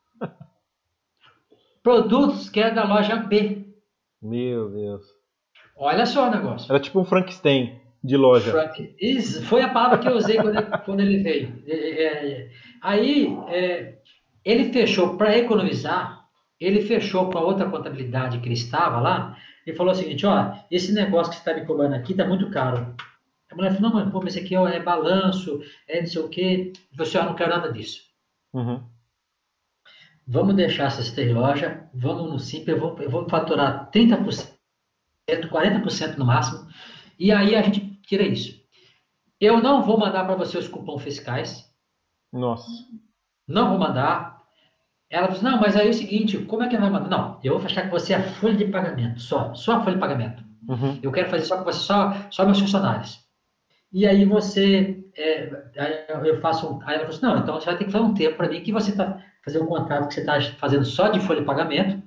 Produtos que é da loja B. Meu Deus. Olha só o negócio. Era tipo um Frankenstein. de loja. Frank, isso foi a palavra que eu usei quando ele veio. Aí, ele fechou, para economizar, ele fechou com a outra contabilidade que ele estava lá, e falou o seguinte, ó, esse negócio que você está me cobrando aqui está muito caro. A mulher falou, não, mas esse aqui é balanço, não sei o quê. Eu falei, não quero nada disso. Uhum. Vamos deixar essas 3 lojas, vamos no Simples, eu vou faturar 30%, 40% no máximo, e aí a gente tira isso. Eu não vou mandar para você os cupons fiscais. Nossa. Não vou mandar. Ela falou, não, mas aí é o seguinte, como é que vai mandar? Não, eu vou fechar com você a folha de pagamento, só a folha de pagamento. Uhum. Eu quero fazer só com você, só meus funcionários. E aí você, aí eu faço, aí ela falou assim, não, então você vai ter que fazer um termo para mim que você está fazendo um contrato que você está fazendo só de folha de pagamento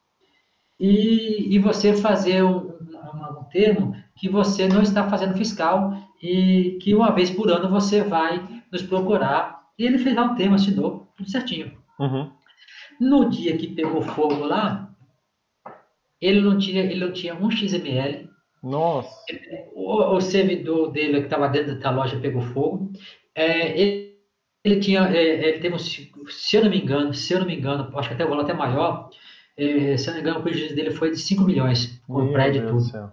e você fazer um termo que você não está fazendo fiscal e que uma vez por ano você vai nos procurar. E ele fez lá um termo, assinou, tudo certinho. Uhum. No dia que pegou fogo lá, ele não tinha um XML. Nossa. O servidor dele que estava dentro da loja pegou fogo. Ele teve se eu não me engano, acho que até o valor até maior, se eu não me engano, o prejuízo dele foi de 5 milhões, com o prédio e tudo.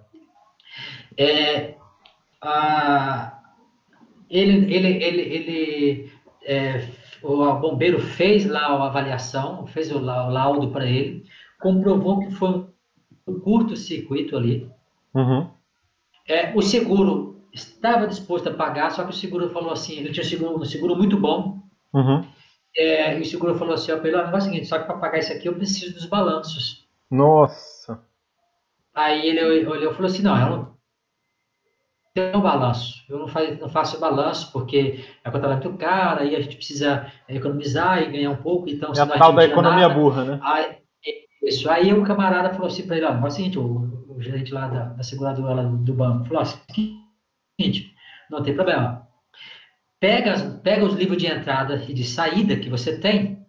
O bombeiro fez lá a avaliação, fez o laudo para ele, comprovou que foi um curto-circuito ali. Uhum. O seguro estava disposto a pagar, só que o seguro falou assim, ele tinha um seguro muito bom, uhum. E o seguro falou assim, o negócio é o seguinte, só que para pagar isso aqui eu preciso dos balanços. Nossa. Aí ele olhou e falou assim, não, eu não tenho balanço, eu não faço balanço porque a conta é muito cara e a gente precisa economizar e ganhar um pouco, então... É a tal da economia burra, né? Aí o camarada falou assim para ele, ó, é o seguinte, o gerente lá da seguradora do banco falou assim, seguinte, não tem problema, pega os livros de entrada e de saída que você tem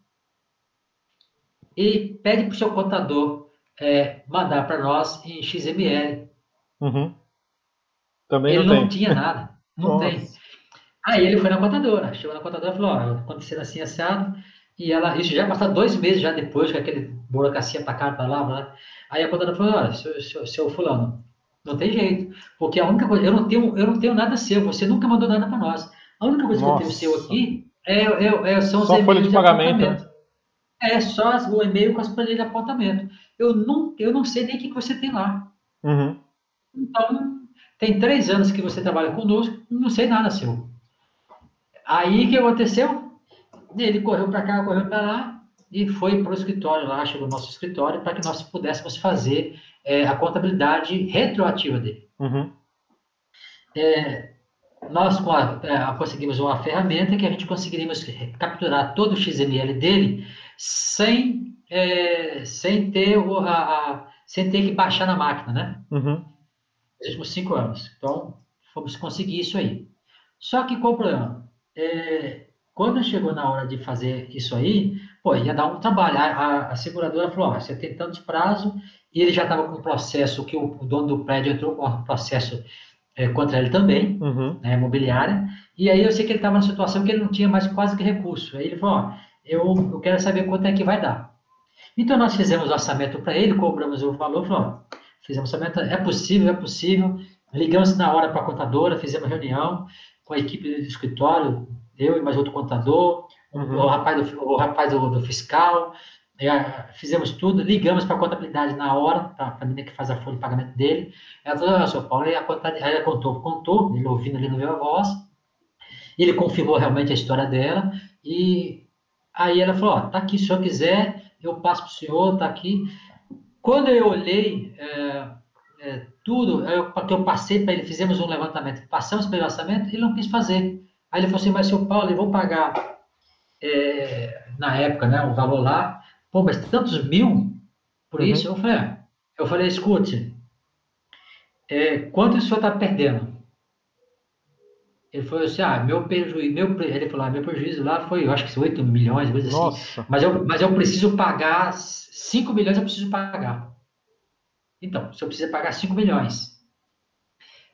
e pede para o seu contador mandar para nós em XML. Uhum. Também ele não tinha nada, não Nossa. tem. Aí ele foi na contadora, chegou na contadora e falou, ó, aconteceu assim, assado, e isso já passou 2 meses já depois, com aquele burocracia para cá, para lá. Aí a contadora falou, olha, seu fulano, não tem jeito, porque a única coisa, eu não tenho nada seu, você nunca mandou nada para nós. A única coisa que eu tenho seu aqui são os só e-mails folha de pagamento. Só o e-mail com as planilhas de apontamento. Eu não sei nem o que você tem lá. Uhum. Então, tem 3 anos que você trabalha conosco, não sei nada seu. Aí, o que aconteceu? Ele correu para cá, correu para lá, e foi para o escritório lá, chegou no nosso escritório, para que nós pudéssemos fazer a contabilidade retroativa dele. Uhum. Nós conseguimos uma ferramenta que a gente conseguiríamos capturar todo o XML dele sem ter que baixar na máquina, né? Uhum. Nos últimos 5 anos. Então, fomos conseguir isso aí. Só que qual o problema? Quando chegou na hora de fazer isso aí, ia dar um trabalho. A seguradora falou, você tem tantos prazos, e ele já estava com um processo que o dono do prédio entrou com um processo contra ele também, uhum. Imobiliária, e aí eu sei que ele estava numa situação que ele não tinha mais quase que recurso. Aí ele falou, eu quero saber quanto é que vai dar. Então nós fizemos o orçamento para ele, cobramos o valor, falou, fizemos o orçamento, é possível, ligamos na hora para a contadora, fizemos reunião com a equipe do escritório, eu e mais outro contador, uhum. o rapaz do fiscal, fizemos tudo, ligamos para a contabilidade na hora, para a menina que faz a folha de pagamento dele. Ela falou, seu Paulo, aí ela contou, ele ouvindo ali no meu voz, ele confirmou realmente a história dela, e aí ela falou, tá aqui, se o senhor quiser, eu passo para o senhor, tá aqui. Quando eu olhei tudo, que eu passei para ele, fizemos um levantamento, passamos pelo orçamento, ele não quis fazer. Aí ele falou assim, mas seu Paulo, eu vou pagar, na época, né, o valor lá, mas tantos mil por isso? Eu falei, escute, quanto o senhor está perdendo? Ele falou assim, meu prejuízo lá foi, eu acho que 8 milhões, coisa assim. Nossa. Mas eu preciso pagar 5 milhões, eu preciso pagar. Então, se eu preciso pagar 5 milhões,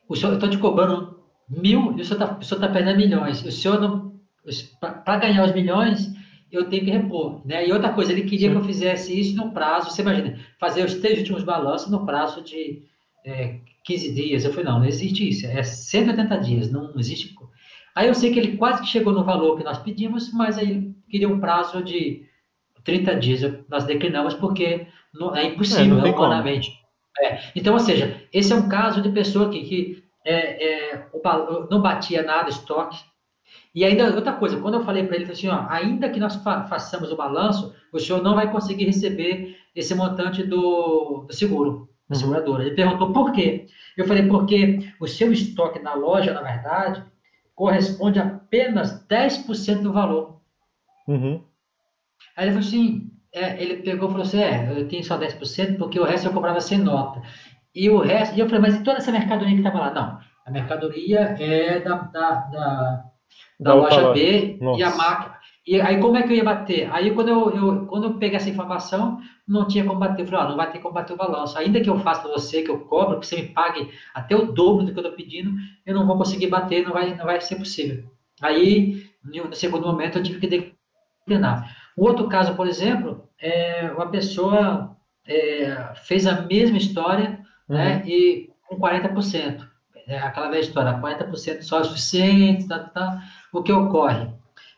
eu estou te cobrando 1.000 e o senhor está perdendo milhões. O senhor não, para ganhar os milhões, eu tenho que repor, né? E outra coisa, ele queria que eu fizesse isso no prazo, você imagina, fazer os 3 últimos balanços no prazo de 15 dias. Eu falei, não existe isso, é 180 dias, não existe. Aí eu sei que ele quase que chegou no valor que nós pedimos, mas aí ele queria um prazo de 30 dias. Nós declinamos porque é impossível, não humanamente. Então, ou seja, esse é um caso de pessoa que não batia nada estoque. E ainda outra coisa, quando eu falei para ele, ele falou assim, ainda que nós façamos o balanço, o senhor não vai conseguir receber esse montante do seguro, da seguradora. Ele perguntou por quê? Eu falei, porque o seu estoque na loja, na verdade, corresponde a apenas 10% do valor. Aí ele falou assim, ele pegou e falou assim, eu tenho só 10% porque o resto eu comprava sem nota. E o resto, e eu falei, mas e toda essa mercadoria que estava lá? Não, a mercadoria é da loja B. Nossa. E a máquina. E aí como é que eu ia bater? Aí quando eu peguei essa informação, não tinha como bater. Eu falei, não vai ter como bater o balanço. Ainda que eu faça para você, que eu cobro, que você me pague até o dobro do que eu estou pedindo, eu não vou conseguir bater, não vai ser possível. Aí, no segundo momento, eu tive que declinar. O outro caso, por exemplo, uma pessoa fez a mesma história, né, e com 40%. Aquela velha história, 40% só é o suficiente, O que ocorre?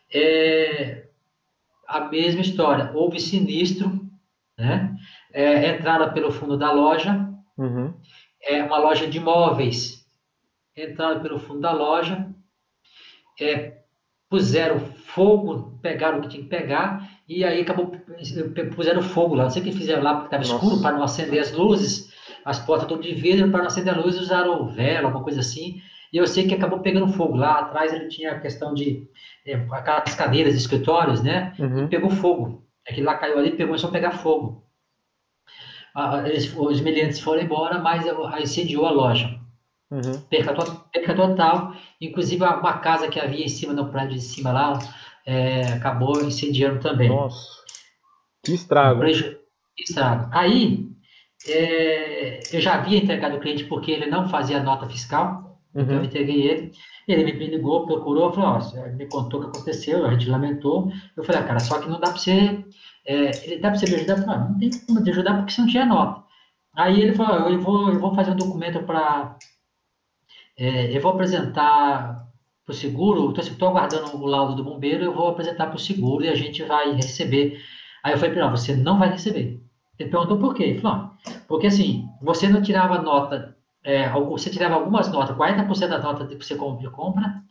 A mesma história, houve sinistro, né? Entraram pelo fundo da loja, uma loja de imóveis, entraram pelo fundo da loja, puseram fogo, pegaram o que tinha que pegar, e aí puseram fogo lá. Não sei o que fizeram lá, porque estava escuro, para não acender as luzes, as portas todas de vidro, para não acender a luz, usaram vela, alguma coisa assim, e eu sei que acabou pegando fogo. Lá atrás ele tinha a questão de aquelas cadeiras de escritórios, né? E pegou fogo. Aquilo lá caiu ali e começou a pegar fogo. Os meliantes foram embora, mas incendiou a loja. Perca total. Inclusive, uma casa que havia em cima, no prédio de cima lá, acabou incendiando também. Nossa, que estrago. Estrago. Aí, eu já havia entregado o cliente porque ele não fazia nota fiscal, então eu entreguei ele. Ele me ligou, procurou, falou, me contou o que aconteceu, a gente lamentou. Eu falei, cara, só que não dá para você... ele dá para você me ajudar? Eu falei, não tem como te ajudar porque você não tinha nota. Aí ele falou, eu vou fazer um documento para... eu vou apresentar para o seguro, estou aguardando o laudo do bombeiro, eu vou apresentar para o seguro e a gente vai receber. Aí eu falei para ele, você não vai receber. Ele perguntou por quê? Ele falou, porque assim, você não tirava nota, você tirava algumas notas, 40% da nota que você compra,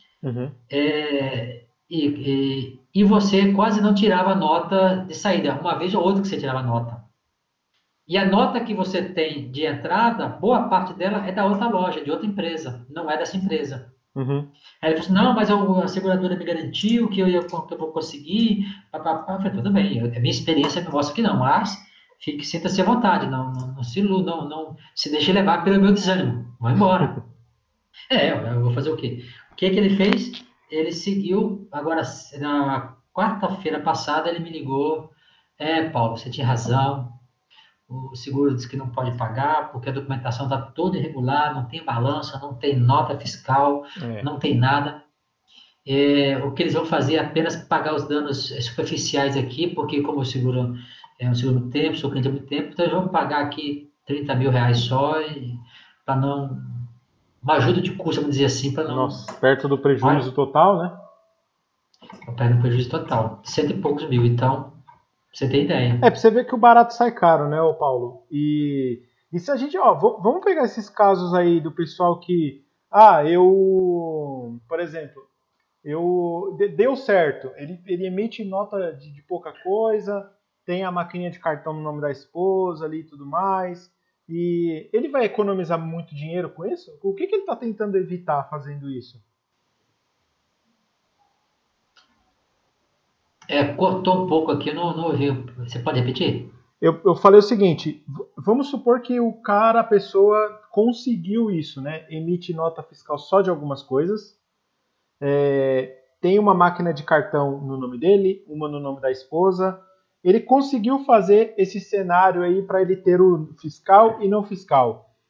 e você quase não tirava nota de saída, uma vez ou outra que você tirava nota. E a nota que você tem de entrada, boa parte dela é da outra loja, de outra empresa, não é dessa empresa. Aí ele falou assim, não, mas a seguradora me garantiu que eu vou conseguir. Eu falei, tudo bem, a minha experiência me mostra que não, mas sinta-se à vontade, não se deixe levar pelo meu desânimo, vai embora. Eu vou fazer o quê? O que ele fez? Ele seguiu, agora, na quarta-feira passada, ele me ligou, Paulo, você tinha razão, o seguro disse que não pode pagar, porque a documentação está toda irregular, não tem balança, não tem nota fiscal, não tem nada. O que eles vão fazer é apenas pagar os danos superficiais aqui, porque como o seguro é um seguro muito tempo, sou cliente há muito tempo, então eles vão pagar aqui 30 mil reais só, para não... Uma ajuda de custo, vamos dizer assim, para não... Nossa, perto do prejuízo total, né? Perto do prejuízo total, 100 e poucos mil, então... Você tem ideia. Pra você ver que o barato sai caro, né, Paulo? E se a gente, vamos pegar esses casos aí do pessoal que, por exemplo, deu certo, ele emite nota de pouca coisa, tem a maquininha de cartão no nome da esposa ali e tudo mais, e ele vai economizar muito dinheiro com isso? O que ele está tentando evitar fazendo isso? Cortou um pouco aqui, eu não ouvi. Você pode repetir? Eu falei o seguinte, vamos supor que a pessoa conseguiu isso, né? Emite nota fiscal só de algumas coisas, tem uma máquina de cartão no nome dele, uma no nome da esposa, ele conseguiu fazer esse cenário aí para ele ter o fiscal e não fiscal.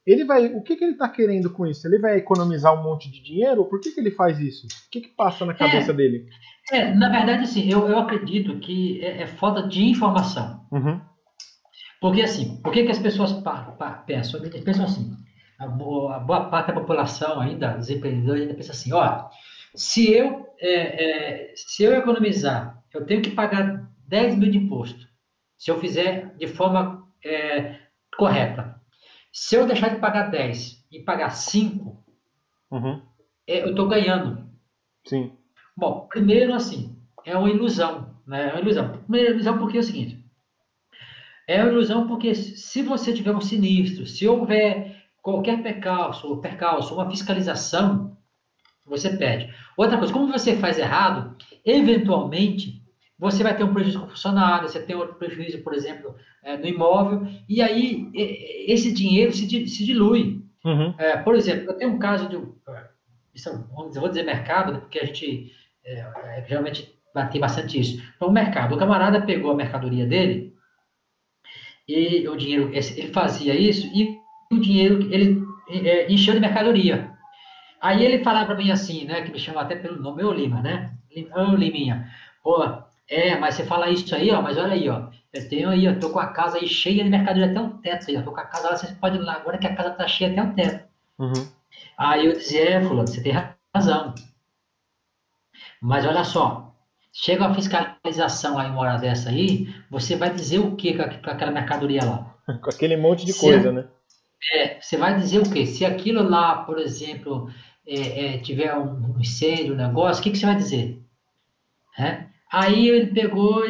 o que ele está querendo com isso? Ele vai economizar um monte de dinheiro? Por que ele faz isso? O que passa na cabeça dele? Na verdade, assim, eu acredito que é falta de informação. Uhum. Porque, assim, por que as pessoas pensam? Eles pensam assim, a boa parte da população ainda, dos empreendedores, ainda pensa assim, ó, se eu economizar, eu tenho que pagar 10 mil de imposto, se eu fizer de forma correta. Se eu deixar de pagar 10 e pagar 5, Uhum. eu estou ganhando. Sim. Bom, primeiro, assim, é uma ilusão, né? É uma ilusão. Primeiro, ilusão porque é o seguinte, é uma ilusão porque se você tiver um sinistro, se houver qualquer percalço, uma fiscalização, você perde. Outra coisa, como você faz errado, eventualmente, você vai ter um prejuízo com o funcionário, você tem outro prejuízo, por exemplo, no imóvel, e aí esse dinheiro se dilui. Uhum. Por exemplo, eu tenho um caso de, vou dizer mercado, né, porque a gente geralmente tem bastante isso. Então, o mercado, o camarada pegou a mercadoria dele, e o dinheiro, ele fazia isso, e o dinheiro ele encheu de mercadoria. Aí ele falava para mim assim, né, que me chama até pelo nome, ô Lima, né? Ô Liminha, pô, mas você fala isso aí, ó, mas olha aí, ó, eu tenho aí, eu tô com a casa aí cheia de mercadoria até o teto aí, eu tô com a casa lá, vocês podem ir lá, agora que a casa tá cheia até o teto. Uhum. Aí eu dizia, fulano, você tem razão, mas olha só, chega uma fiscalização aí, uma hora dessa aí, você vai dizer o que com aquela mercadoria lá? Com aquele monte de coisa, né? Você vai dizer o quê? Se aquilo lá, por exemplo, tiver um incêndio, um negócio, o que você vai dizer? Aí ele pegou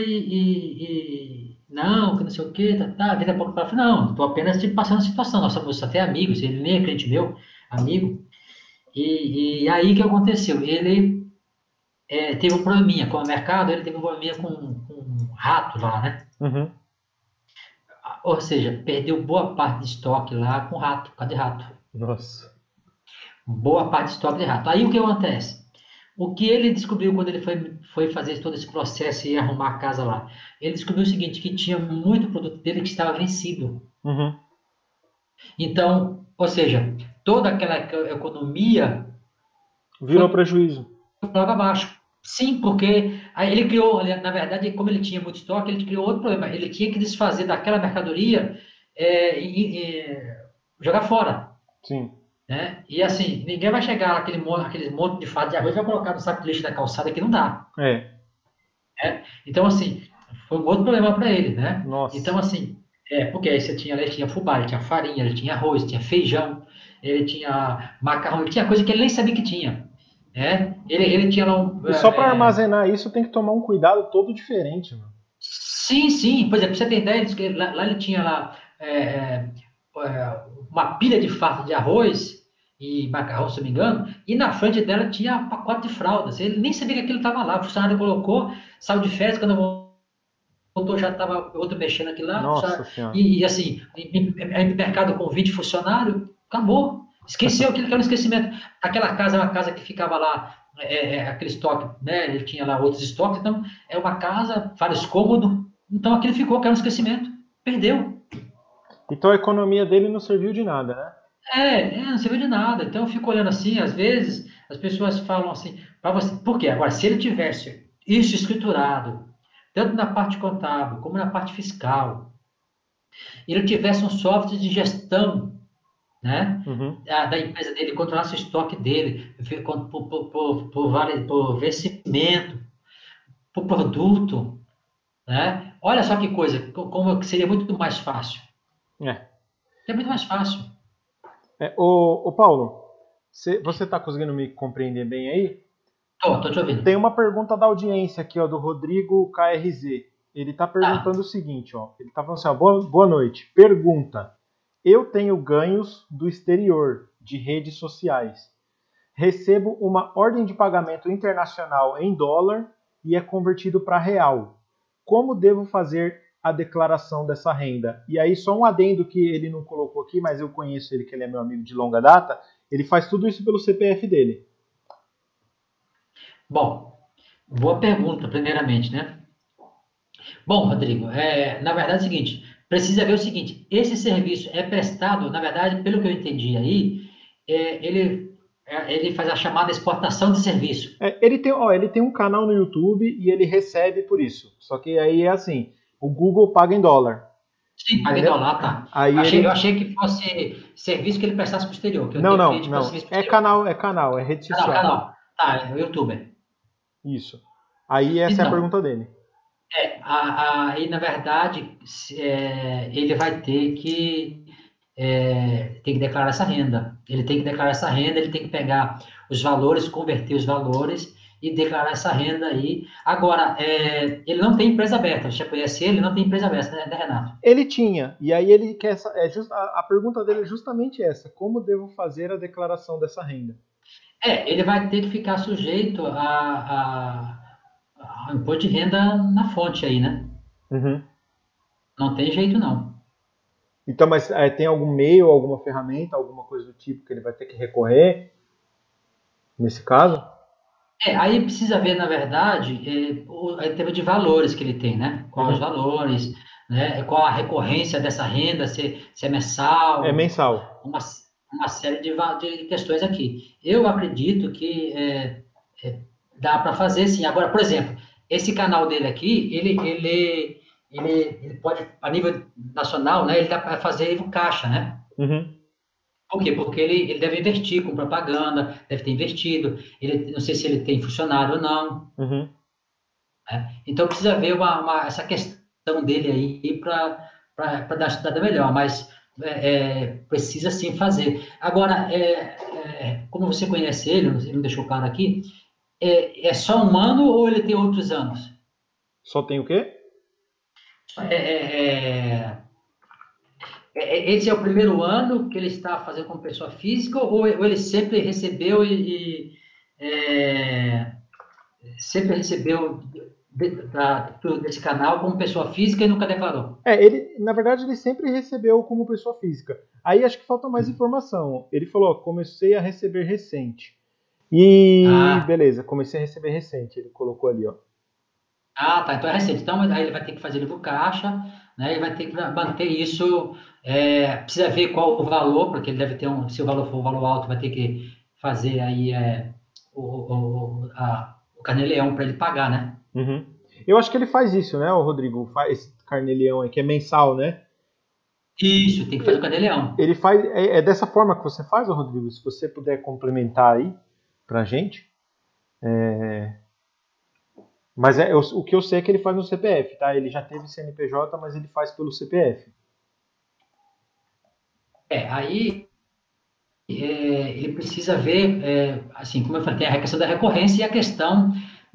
não, que não sei o quê, daqui a pouco ele falou, não, estou apenas te passando a situação, nós somos até amigos, ele nem é cliente meu, amigo, e aí o que aconteceu? Ele teve um probleminha com o mercado, ele teve um probleminha com um rato lá, né? Uhum. Ou seja, perdeu boa parte de estoque lá com rato, por causa de rato. Nossa. Boa parte de estoque de rato. Aí o que acontece? O que ele descobriu quando ele foi fazer todo esse processo e arrumar a casa lá? Ele descobriu o seguinte, que tinha muito produto dele que estava vencido. Uhum. Então, ou seja, toda aquela economia virou prejuízo. Foi logo abaixo. Sim, porque aí ele criou, na verdade, como ele tinha muito estoque, ele criou outro problema. Ele tinha que desfazer daquela mercadoria e jogar fora. Sim. Né? E assim, ninguém vai chegar aquele monte de fardo de arroz e vai colocar no saco de lixo da calçada que não dá. Então, assim, foi um outro problema para ele, né? Nossa. Então, assim, porque aí você tinha leite, tinha fubá, ele tinha farinha, ele tinha arroz, tinha feijão, ele tinha macarrão, ele tinha coisa que ele nem sabia que tinha. Ele tinha lá um... E só para armazenar isso tem que tomar um cuidado todo diferente, mano. Sim. Por exemplo, pra você ter ideia, lá ele tinha lá uma pilha de fardo de arroz e macarrão, se não me engano, e na frente dela tinha pacote de fraldas. Ele nem sabia que aquilo estava lá. O funcionário colocou, saiu de férias, quando voltou já estava outro mexendo aqui lá. Nossa e assim, em mercado com 20 funcionários, acabou. Esqueceu aquilo que era um esquecimento. Aquela casa é uma casa que ficava lá, aquele estoque, né? Ele tinha lá outros estoques, então é uma casa, vários cômodos, então aquilo ficou, que era um esquecimento. Perdeu. Então a economia dele não serviu de nada, né? Não serviu de nada. Então eu fico olhando assim, às vezes as pessoas falam assim, para você, por quê? Agora, se ele tivesse isso escriturado, tanto na parte contábil como na parte fiscal, ele tivesse um software de gestão, né? Uhum. Da empresa dele, controlasse o estoque dele, por vencimento, por produto, né? Olha só que coisa, como seria muito mais fácil. É muito mais fácil. Ô Paulo, você está conseguindo me compreender bem aí? Tô te ouvindo. Tem uma pergunta da audiência aqui, ó, do Rodrigo KRZ. Ele está perguntando o seguinte, ó. Ele está falando assim, ó, boa noite. Pergunta: eu tenho ganhos do exterior, de redes sociais. Recebo uma ordem de pagamento internacional em dólar e é convertido para real. Como devo fazer a declaração dessa renda? E aí só um adendo que ele não colocou aqui, mas eu conheço ele, que ele é meu amigo de longa data. Ele faz tudo isso pelo CPF dele. Bom, boa pergunta, primeiramente, né? Bom, Rodrigo, na verdade é o seguinte, precisa ver o seguinte, esse serviço é prestado, na verdade, pelo que eu entendi aí, ele faz a chamada exportação de serviço. Ele tem um canal no YouTube e ele recebe por isso. Só que aí é assim, o Google paga em dólar. Sim, paga em dólar, tá. Aí Eu achei que fosse serviço que ele prestasse pro exterior. Que eu não. É canal, é rede social. Canal. Tá, é o YouTuber. Isso. Aí essa é a pergunta dele. Aí, na verdade, ele vai ter que declarar essa renda. Ele tem que declarar essa renda, ele tem que pegar os valores, converter os valores e declarar essa renda aí. Agora, ele não tem empresa aberta. Você já conhece ele? Não tem empresa aberta, né, Renato? Ele tinha. E aí ele quer... a pergunta dele é justamente essa. Como devo fazer a declaração dessa renda? Ele vai ter que ficar sujeito ao imposto de renda na fonte aí, né? Uhum. Não tem jeito, não. Então, mas tem algum meio, alguma ferramenta, alguma coisa do tipo que ele vai ter que recorrer nesse caso? Aí precisa ver, na verdade, em termos de valores que ele tem, né? Quais os valores, né? Qual a recorrência dessa renda, se é mensal. É mensal. Uma série de questões aqui. Eu acredito que dá para fazer, sim. Agora, por exemplo, esse canal dele aqui, ele pode, a nível nacional, né? Ele dá para fazer o caixa, né? Uhum. Por quê? Porque ele deve investir com propaganda, deve ter investido. Não sei se ele tem funcionário ou não. Uhum. Então, precisa ver essa questão dele aí para dar uma estudada melhor, mas precisa sim fazer. Agora, como você conhece ele não deixou claro aqui, é só um ano ou ele tem outros anos? Só tem o quê? Esse é o primeiro ano que ele está fazendo como pessoa física ou ele sempre recebeu sempre recebeu desse canal como pessoa física e nunca declarou? Na verdade, ele sempre recebeu como pessoa física. Aí acho que falta mais informação. Ele falou, comecei a receber recente. E beleza, comecei a receber recente. Ele colocou ali, ó. Tá, então é recente. Então aí ele vai ter que fazer livro caixa, né? Ele vai ter que manter isso. Precisa ver qual o valor, porque ele deve ter se o valor for um valor alto, vai ter que fazer aí o carnê-leão para ele pagar, né? Uhum. Eu acho que ele faz isso, né, o Rodrigo? Faz esse carnê-leão aí, que é mensal, né? Isso, tem que fazer o carnê-leão. Ele faz. É dessa forma que você faz, Rodrigo? Se você puder complementar aí pra gente. Mas o que eu sei é que ele faz no CPF, tá? Ele já teve CNPJ, mas ele faz pelo CPF. Aí ele precisa ver, assim, como eu falei, tem a questão da recorrência e a questão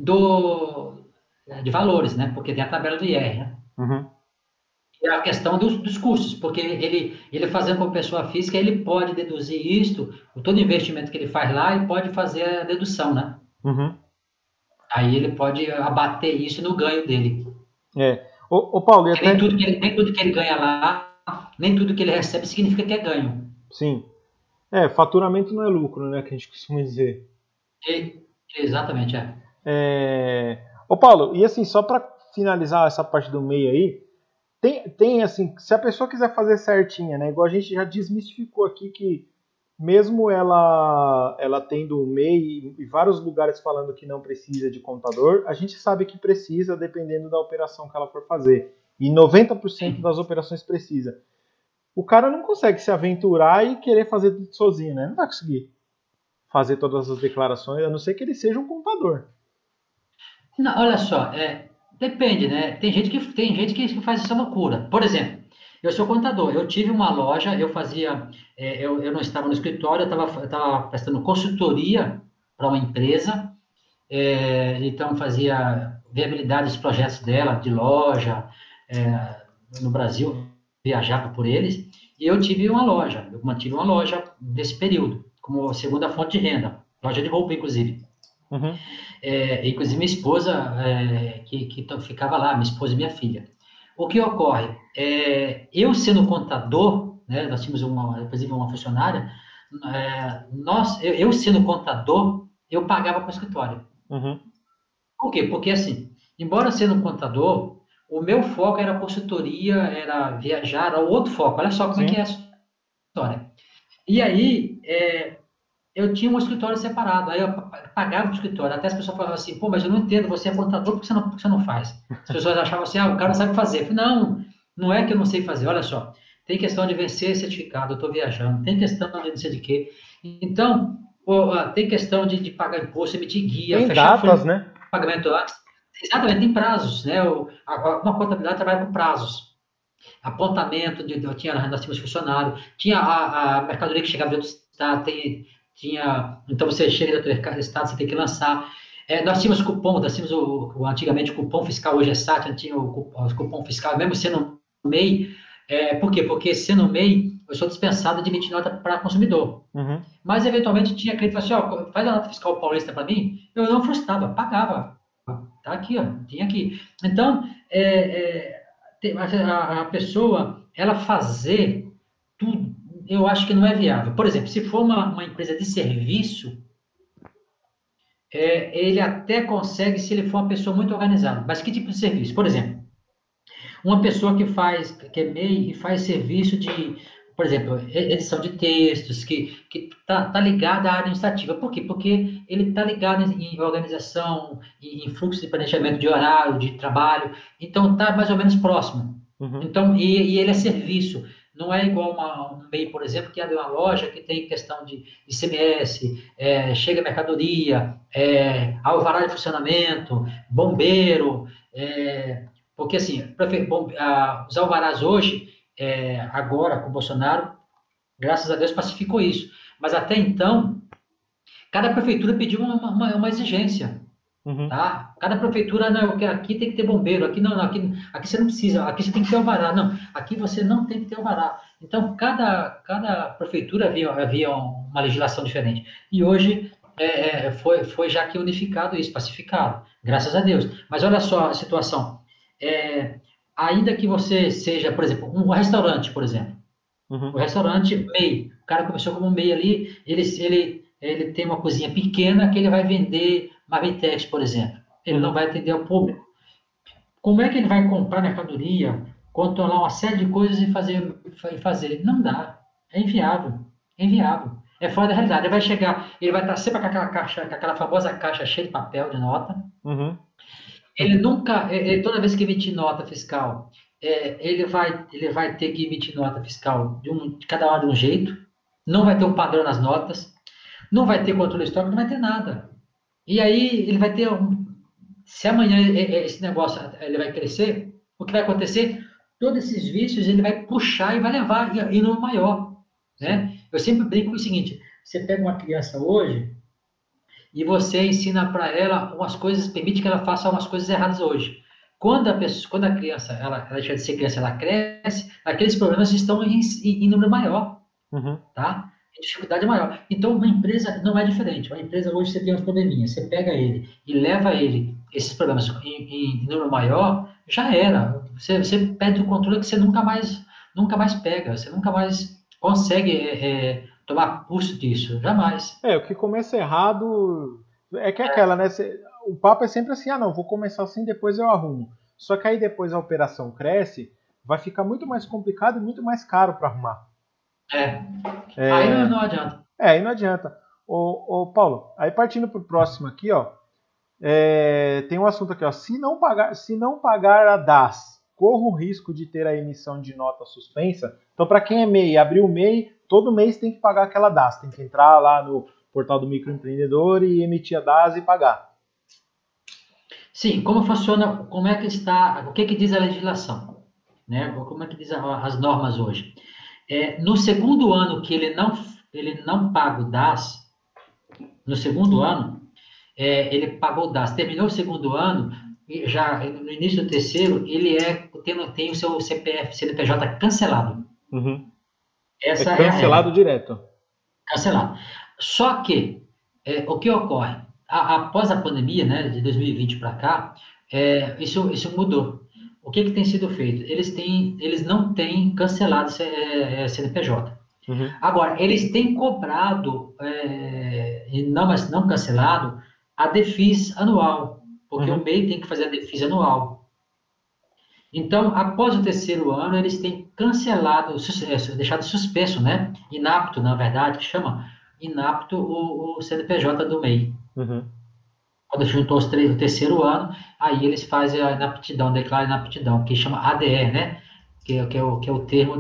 de valores, né? Porque tem a tabela do IR, né? Uhum. E a questão dos custos, porque ele fazendo como pessoa física, ele pode deduzir isto, todo investimento que ele faz lá, e pode fazer a dedução, né? Uhum. Aí ele pode abater isso no ganho dele. Ô Paulo, nem tudo que ele ganha lá, nem tudo que ele recebe significa que é ganho. Sim. Faturamento não é lucro, né? Que a gente costuma dizer. Exatamente, Ô Paulo, e assim, só para finalizar essa parte do MEI aí, tem assim, se a pessoa quiser fazer certinha, né? Igual a gente já desmistificou aqui que mesmo ela tendo o MEI e vários lugares falando que não precisa de contador, a gente sabe que precisa dependendo da operação que ela for fazer. E 90% das operações precisa. O cara não consegue se aventurar e querer fazer tudo sozinho, né? Não vai conseguir fazer todas as declarações, a não ser que ele seja um contador. Não, olha só, depende, né? Tem gente que faz essa loucura. Por exemplo, eu sou contador, eu tive uma loja, eu fazia, eu não estava no escritório, eu estava prestando consultoria para uma empresa, então fazia viabilidade dos projetos dela, de loja, no Brasil, viajava por eles, e eu mantive uma loja nesse período, como segunda fonte de renda, loja de roupa, inclusive. Uhum. Inclusive minha esposa, que ficava lá, minha esposa e minha filha. O que ocorre? Eu sendo contador, né, nós tínhamos inclusive uma funcionária, eu sendo contador, eu pagava para o escritório. Uhum. Por quê? Porque assim, embora sendo contador, O meu foco era consultoria, era viajar, era outro foco. Olha só como é que é a história. E aí, eu tinha um escritório separado, aí eu pagava o escritório. Até as pessoas falavam assim, pô, mas eu não entendo, você é contador, por que você não faz? As pessoas achavam assim, o cara não sabe fazer. Eu falei, não é que eu não sei fazer, olha só. Tem questão de vencer certificado, eu estou viajando. Tem questão de não sei de quê. Então, tem questão de pagar imposto, emitir guia, tem fechar datas, né? pagamento antes. Exatamente, tem prazos, né? Uma contabilidade trabalha com prazos. Apontamento, nós tínhamos funcionário, tinha a mercadoria que chegava de outro estado, então você chega de outro estado, você tem que lançar. Nós tínhamos cupom, nós tínhamos antigamente o cupom fiscal, hoje é SAT, tinha o cupom fiscal, mesmo sendo MEI. Por quê? Porque sendo MEI, eu sou dispensado de emitir nota para consumidor. Uhum. Mas, eventualmente, tinha cliente que falava assim, faz a nota fiscal paulista para mim. Eu não frustrava, pagava. Tá aqui, tinha aqui. Então, a pessoa, ela fazer tudo, eu acho que não é viável. Por exemplo, se for uma empresa de serviço, ele até consegue se ele for uma pessoa muito organizada. Mas que tipo de serviço? Por exemplo, uma pessoa que é MEI e faz serviço de, por exemplo, edição de textos, que tá ligada à área administrativa. Por quê? Porque ele está ligado em organização, em fluxo de planejamento de horário, de trabalho. Então, está mais ou menos próximo. Uhum. Então, e ele é serviço. Não é igual um MEI, por exemplo, que abre uma loja que tem questão de ICMS, chega mercadoria, alvará de funcionamento, bombeiro, porque, assim, os alvarás hoje, agora com o Bolsonaro, graças a Deus pacificou isso. Mas até então, cada prefeitura pediu uma exigência. Uhum. Tá? Cada prefeitura, não, aqui tem que ter bombeiro, aqui não, aqui você não precisa, aqui você tem que ter alvará. Não, aqui você não tem que ter alvará. Então, cada prefeitura havia uma legislação diferente. E hoje foi já que unificado isso, pacificado, graças a Deus. Mas olha só a situação. Ainda que você seja, por exemplo, um restaurante, por exemplo. Uhum. O restaurante MEI, o cara começou como MEI ali, ele tem uma cozinha pequena que ele vai vender marmitex, por exemplo. Ele não vai atender ao público. Como é que ele vai comprar mercadoria, controlar uma série de coisas e fazer? Não dá. É inviável. É inviável. É fora da realidade. Ele vai chegar, ele vai estar sempre com aquela caixa, com aquela famosa caixa cheia de papel, de nota. Uhum. Ele nunca, toda vez que emitir nota fiscal, ele vai ter que emitir nota fiscal de cada hora de um jeito, não vai ter um padrão nas notas, não vai ter controle histórico, não vai ter nada. E aí ele vai ter, se amanhã esse negócio ele vai crescer, o que vai acontecer? Todos esses vícios ele vai puxar e vai levar e no maior, né? Eu sempre brinco com o seguinte: você pega uma criança hoje e você ensina para ela umas coisas, permite que ela faça umas coisas erradas hoje. Quando a criança, ela deixa de ser criança, ela cresce, aqueles problemas estão em número maior, tá? A dificuldade é maior. Então, uma empresa não é diferente. Uma empresa hoje você tem uns probleminhas, você pega ele e leva esses problemas em número maior, já era. Você perde o controle que você nunca mais pega, você nunca mais consegue tomar pulso disso, jamais. O que começa errado é que é aquela, né? O papo é sempre assim, não, vou começar assim, depois eu arrumo. Só que aí depois a operação cresce, vai ficar muito mais complicado e muito mais caro para arrumar. Aí não adianta. Aí não adianta. Ô Paulo, aí partindo para o próximo aqui, ó, tem um assunto aqui, ó, se não pagar a DAS, corra o risco de ter a emissão de nota suspensa. Então, para quem é MEI, abriu o MEI, todo mês tem que pagar aquela DAS, tem que entrar lá no portal do microempreendedor e emitir a DAS e pagar. Sim, como funciona, como é que está, o que diz a legislação, né? Como é que diz as normas hoje? No segundo ano que ele não paga o DAS, no segundo ano, ele pagou o DAS, terminou o segundo ano, já no início do terceiro, ele tem o seu CNPJ cancelado. Uhum. Essa cancelado direto. Cancelado. Só que, o que ocorre? Após a pandemia, né, de 2020 para cá, isso mudou. O que tem sido feito? Eles não têm cancelado CNPJ. Uhum. Agora, eles têm cobrado, mas não cancelado, a DEFIS anual, porque o MEI tem que fazer a DEFIS anual. Então, após o terceiro ano, eles têm cancelado, deixado suspenso, né? Inapto, na verdade, que chama inapto o CNPJ do MEI. Uhum. Quando juntou o terceiro ano, aí eles fazem a inaptidão, declaram a inaptidão, que chama ADR, né? Que é o termo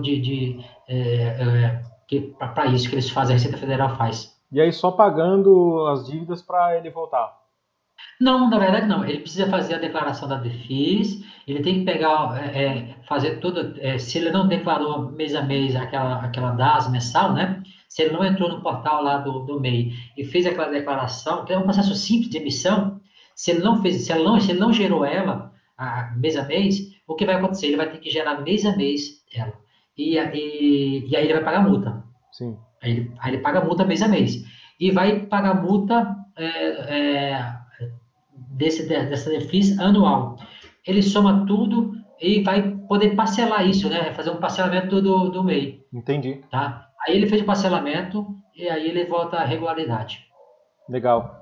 para isso que eles fazem, a Receita Federal faz. E aí só pagando as dívidas para ele voltar? Não, na verdade não. Ele precisa fazer a declaração da DEFIS, ele tem que pegar, fazer tudo, se ele não declarou mês a mês aquela DAS mensal, né? Se ele não entrou no portal lá do MEI e fez aquela declaração, que é um processo simples de emissão, se ele não fez, se ele não gerou ela mês a mês, o que vai acontecer? Ele vai ter que gerar mês a mês ela. E aí ele vai pagar multa. Sim. Aí ele paga multa mês a mês. E vai pagar multa dessa DEFIS anual. Ele soma tudo e vai poder parcelar isso, né? Fazer um parcelamento do MEI. Entendi. Tá? Aí ele fez o parcelamento e aí ele volta à regularidade. Legal.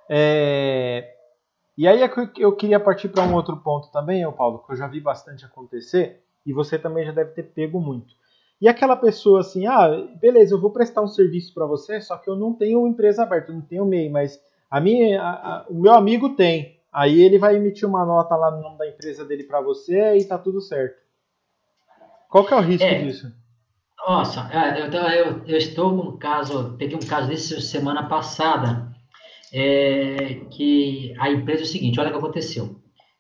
E aí eu queria partir para um outro ponto também, Paulo, que eu já vi bastante acontecer e você também já deve ter pego muito. E aquela pessoa assim, beleza, eu vou prestar um serviço para você, só que eu não tenho empresa aberta, eu não tenho MEI, mas o meu amigo tem. Aí ele vai emitir uma nota lá no nome da empresa dele para você e tá tudo certo. Qual que é o risco disso? Nossa, eu estou com um caso, peguei um caso desse semana passada, que a empresa é o seguinte, olha o que aconteceu.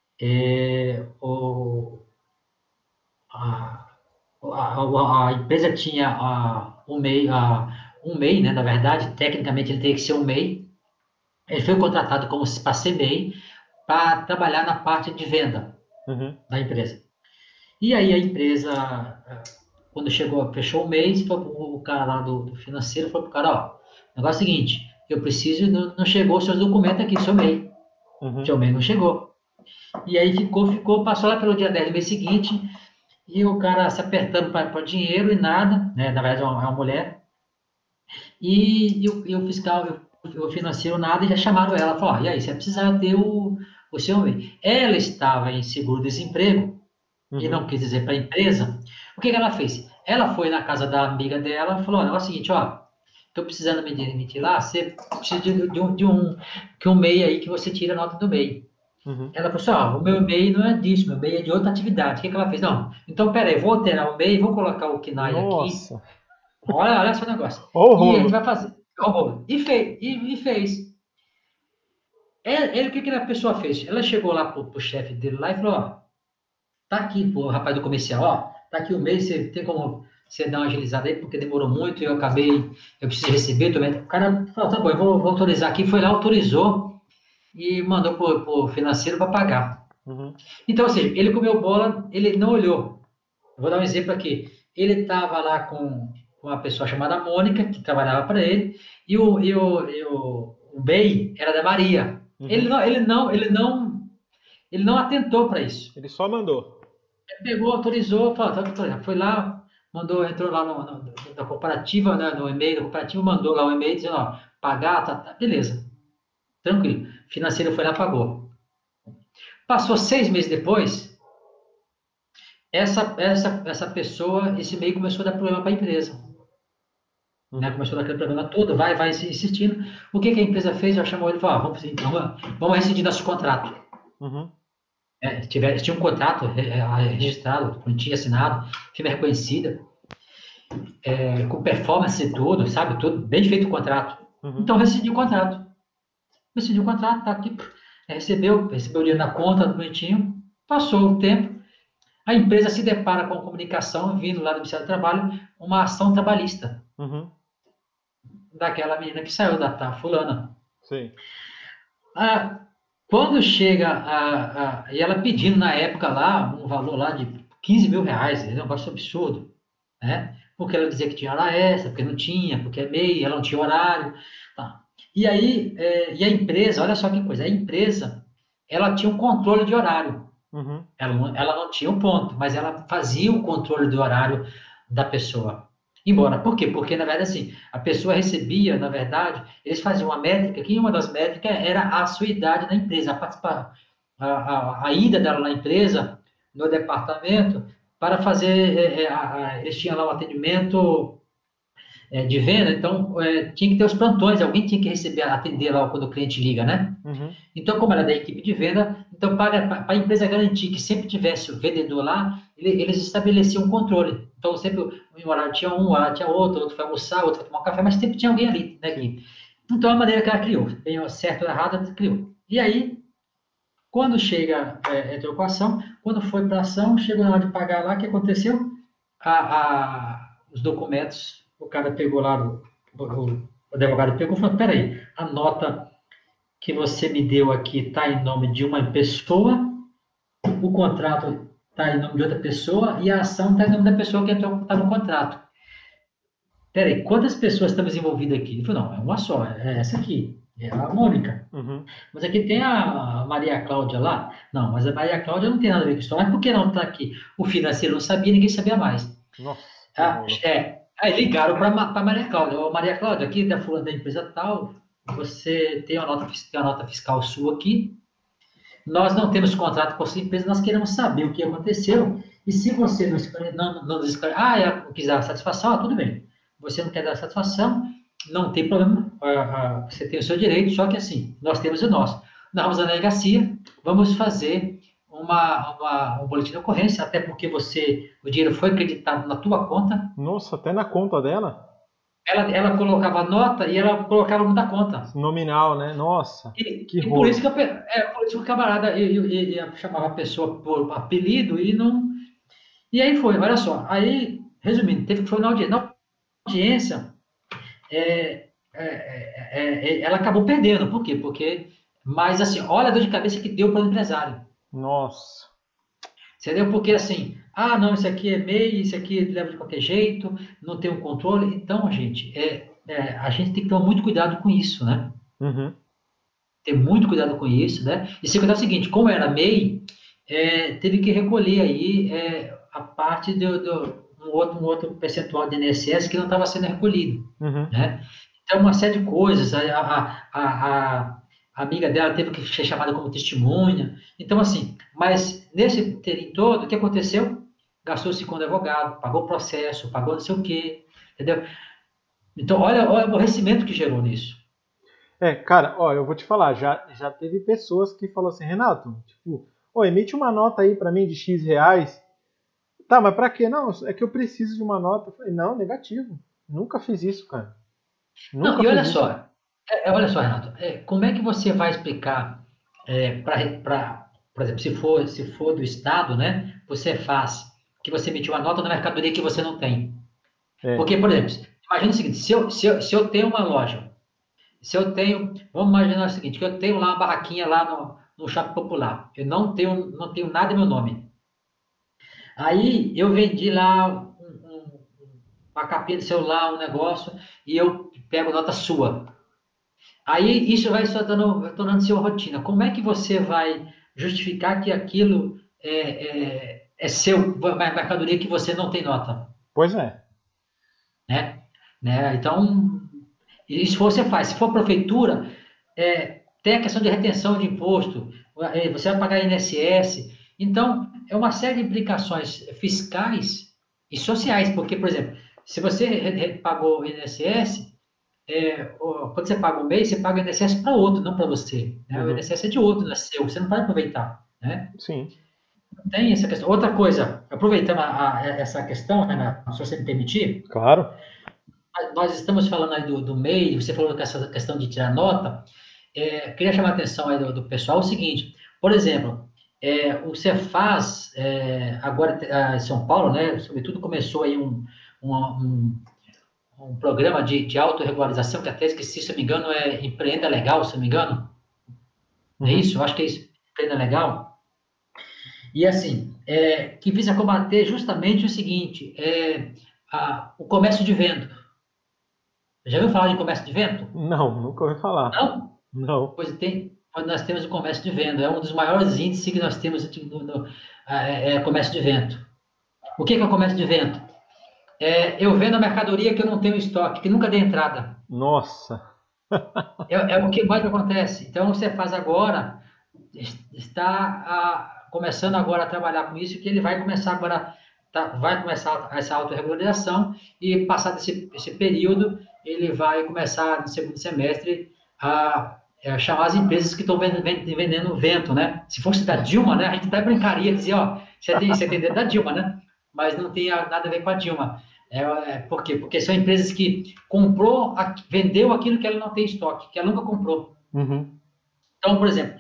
A empresa tinha um MEI, né, na verdade, tecnicamente ele teria que ser um MEI. Ele foi contratado como para ser MEI, para trabalhar na parte de venda da empresa. E aí a empresa, quando fechou o mês, o cara lá do financeiro falou para o cara, o negócio é o seguinte, eu preciso, não chegou os seus documentos aqui, seu MEI. Seu MEI não chegou. E aí passou lá pelo dia 10 do mês seguinte, e o cara se apertando para dinheiro e nada, né? Na verdade é uma mulher. E o fiscal, o financeiro nada, e já chamaram ela, falaram, e aí, você vai precisar ter o seu MEI. Ela estava em seguro-desemprego, e não quis dizer para a empresa. O que ela fez? Ela foi na casa da amiga dela e falou, olha, é o seguinte, estou precisando me demitir lá, você precisa de um MEI aí que você tira a nota do MEI. Ela falou assim, o meu MEI não é disso, meu MEI é de outra atividade. O que ela fez? Não, então peraí, vou alterar o MEI, vou colocar o KNAI aqui. Olha só o negócio. E a gente vai fazer. E fez. O que a pessoa fez? Ela chegou lá pro chefe dele lá e falou, tá aqui, pô, rapaz do comercial, tá aqui o MEI, você tem como você dar uma agilizada aí, porque demorou muito e eu preciso receber também. O cara falou, tá bom, eu vou autorizar aqui. Foi lá, autorizou e mandou pro financeiro para pagar. Então, assim, ele comeu bola, ele não olhou. Eu vou dar um exemplo aqui. Ele estava lá com uma pessoa chamada Mônica, que trabalhava para ele, e o MEI era da Maria. Ele não atentou para isso. Ele só mandou. Ele pegou, autorizou, foi lá, entrou lá na cooperativa, né, no e-mail da cooperativa, mandou lá um e-mail dizendo, pagar, tá, beleza. Tranquilo. O financeiro foi lá e pagou. Passou 6 meses depois, essa pessoa, esse MEI começou a dar problema para a empresa. Né? Começou a dar aquele problema todo, vai insistindo. O que a empresa fez? Já chamou ele e falou, vamos rescindir nosso contrato. Tinha um contrato registrado, bonitinho, assinado, firma reconhecida, com performance e tudo, sabe? Tudo, bem feito o contrato. Então, rescindiu o contrato. Tá aqui, recebeu o dinheiro na conta, bonitinho, passou o tempo, a empresa se depara com a comunicação, vindo lá do Ministério do Trabalho, uma ação trabalhista. Daquela menina que saiu da fulana. Sim. Quando chega e ela pedindo na época lá um valor lá de 15 mil reais, é um negócio absurdo, né? Porque ela dizia que tinha hora extra, porque não tinha, porque é MEI, ela não tinha horário. Tá. E aí, e a empresa, olha só que coisa, a empresa, ela tinha um controle de horário. Ela não tinha um ponto, mas ela fazia o controle do horário da pessoa. Embora, por quê? Porque, na verdade, assim, a pessoa recebia, na verdade, eles faziam uma métrica, que uma das métricas era a sua idade na empresa, a ida dela na empresa, no departamento para fazer, eles tinham lá um atendimento de venda, então tinha que ter os plantões, alguém tinha que atender lá quando o cliente liga, né? Uhum. Então, como era da equipe de venda, então para a empresa garantir que sempre tivesse o vendedor lá, eles estabeleciam um controle. Então, sempre um horário tinha um horário tinha outro foi almoçar, outro foi tomar um café, mas sempre tinha alguém ali na equipe. Então, a maneira que ela criou, bem certo ou errado, ela criou. E aí, quando chega entrou com a ação, quando foi para a ação, chegou na hora de pagar lá, o que aconteceu? Os documentos, o cara pegou lá, o advogado pegou e falou, peraí, a nota que você me deu aqui está em nome de uma pessoa, o contrato está em nome de outra pessoa e a ação está em nome da pessoa que está no contrato. Peraí, quantas pessoas estamos envolvidas aqui? Ele falou, não, é uma só, é essa aqui, é a Mônica. Uhum. Mas aqui tem a Maria Cláudia lá. Não, mas a Maria Cláudia não tem nada a ver com isso. Mas por que não está aqui? O financeiro não sabia, ninguém sabia mais. Nossa. Aí ligaram para a Maria Cláudia. Ô, Maria Cláudia, aqui da fulana da empresa tal, você tem uma nota fiscal sua aqui. Nós não temos contrato com a sua empresa, nós queremos saber o que aconteceu. E se você não nos esclarecer, não quiser dar satisfação, tudo bem. Você não quer dar satisfação, não tem problema, você tem o seu direito, só que assim, nós temos o nosso. Nós vamos à delegacia, vamos fazer um boletim de ocorrência, até porque o dinheiro foi acreditado na tua conta. Nossa, até na conta dela? Ela colocava a nota e ela colocava o nome da conta. Nominal, né? Nossa, que por isso que por isso que o camarada chamava a pessoa por apelido e não... E aí foi, olha só, aí, resumindo, foi na audiência, ela acabou perdendo. Por quê? Mas assim, olha a dor de cabeça que deu para o empresário. Nossa. Entendeu? Porque assim, não, isso aqui é MEI, isso aqui leva de qualquer jeito, não tem um controle. Então, gente, a gente tem que tomar muito cuidado com isso, né? Uhum. Ter muito cuidado com isso, né? E se cuidar é o seguinte, como era MEI, teve que recolher aí a parte um outro percentual de INSS que não estava sendo recolhido, uhum. né? Então, uma série de coisas, a amiga dela teve que ser chamada como testemunha. Então, assim, mas nesse interim todo, o que aconteceu? Gastou-se com o advogado, pagou o processo, pagou não sei o quê, entendeu? Então, olha o aborrecimento que gerou nisso. Cara, eu vou te falar, já teve pessoas que falaram assim, Renato, tipo, emite uma nota aí pra mim de X reais. Tá, mas pra quê? Não, é que eu preciso de uma nota. Eu falei, não, negativo. Nunca fiz isso, cara. Não, e olha só, Renato, como é que você vai explicar por exemplo, se for do Estado, né, você faz que você emitiu uma nota na mercadoria que você não tem. Porque, por exemplo, imagina o seguinte, se eu tenho uma loja, vamos imaginar o seguinte, que eu tenho lá uma barraquinha lá no Shopping Popular, eu não tenho nada em meu nome. Aí eu vendi lá uma capinha de celular, um negócio, e eu pego nota sua. Aí isso vai se tornando sua rotina. Como é que você vai justificar que aquilo é seu, uma mercadoria que você não tem nota? Pois é. Né? Então, isso você faz. Se for prefeitura, tem a questão de retenção de imposto, você vai pagar INSS. Então, é uma série de implicações fiscais e sociais, porque, por exemplo, se você pagou INSS, quando você paga um mês, você paga INSS para outro, não para você. Né? Uhum. O INSS é de outro, não é seu, você não pode aproveitar. Né? Sim. Tem essa questão. Outra coisa, aproveitando essa questão, Renato, se você me permitir. Claro. Nós estamos falando aí do MEI, você falou que essa questão de tirar nota. Queria chamar a atenção aí do pessoal o seguinte, por exemplo, o Cefaz, agora em São Paulo, né, sobretudo começou aí um programa de autorregularização, que até esqueci, se não me engano, Empreenda Legal, se não me engano. Uhum. É isso? Eu acho que é isso, Empreenda Legal. E assim, que visa combater justamente o seguinte, o comércio de vento. Já ouviu falar de comércio de vento? Não, nunca ouvi falar. Não? Não. Pois nós temos o comércio de vento, é um dos maiores índices que nós temos no comércio de vento. O que é o comércio de vento? Eu vendo a mercadoria que eu não tenho estoque, que nunca dei entrada. Nossa! É o que mais acontece. Então, você faz agora, está começando agora a trabalhar com isso, que ele vai começar agora, vai começar essa autorregularização e, passado esse período, ele vai começar, no segundo semestre, a chamar as empresas que estão vendendo vento, né? Se fosse da Dilma, né? A gente até brincaria, dizia, ó, você tem dedo da Dilma, né? Mas não tem nada a ver com a Dilma. Por quê? Porque são empresas que vendeu aquilo que ela não tem estoque, que ela nunca comprou. Uhum. Então, por exemplo,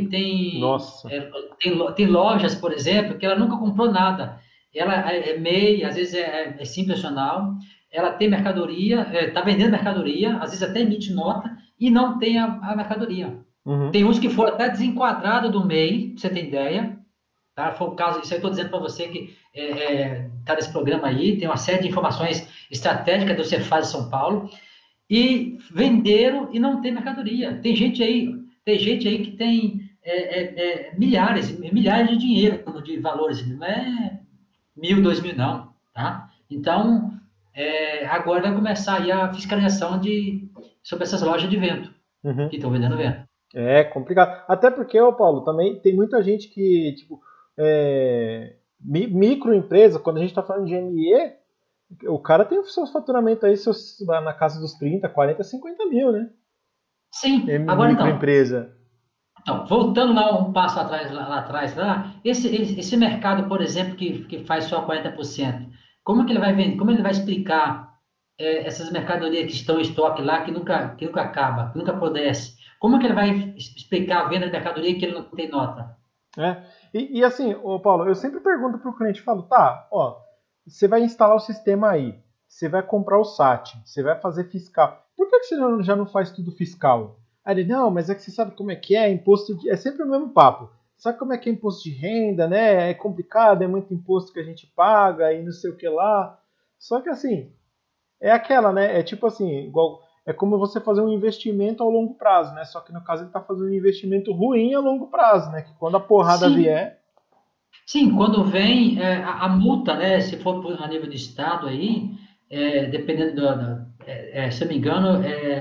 tem lojas, por exemplo, que ela nunca comprou nada. Ela é MEI, às vezes é simples nacional, ela tem mercadoria, está vendendo mercadoria, às vezes até emite nota, e não tem a mercadoria. Uhum. Tem uns que foram até desenquadrados do MEI, pra você ter ideia. Tá? Foi o caso, isso aí eu estou dizendo para você que está nesse programa aí, tem uma série de informações estratégicas do Cefaz de São Paulo, e venderam e não tem mercadoria. Tem gente aí que tem milhares de dinheiro de valores, não é 1.000, 2.000 não, tá? Então, agora vai começar aí a fiscalização sobre essas lojas de vento, uhum. que estão vendendo vento. É complicado. Até porque, Paulo, também tem muita gente que, tipo, microempresa, quando a gente está falando de ME, o cara tem o seu faturamento aí na casa dos 30, 40, 50 mil, né? Sim, agora microempresa. Então, voltando lá um passo lá atrás, esse mercado, por exemplo, que faz só 40%, como é que ele vai vender? Como ele vai explicar essas mercadorias que estão em estoque lá, que nunca acaba, que nunca apodrece? Como é que ele vai explicar a venda de mercadoria que ele não tem nota? E assim, Paulo, eu sempre pergunto para o cliente, falo, tá, ó, você vai instalar o sistema aí, você vai comprar o SAT, você vai fazer fiscal. Por que você já não faz tudo fiscal? Aí ele, não, mas é que você sabe como é que é, é sempre o mesmo papo. Sabe como é que é imposto de renda, né? É complicado, é muito imposto que a gente paga e não sei o que lá. Só que assim, é aquela, né? É tipo assim, igual, é como você fazer um investimento ao longo prazo, né? Só que no caso ele está fazendo um investimento ruim a longo prazo, né? Que quando a porrada vier... Sim, quando vem a multa, né? Se for a nível de estado aí, dependendo se eu não me engano,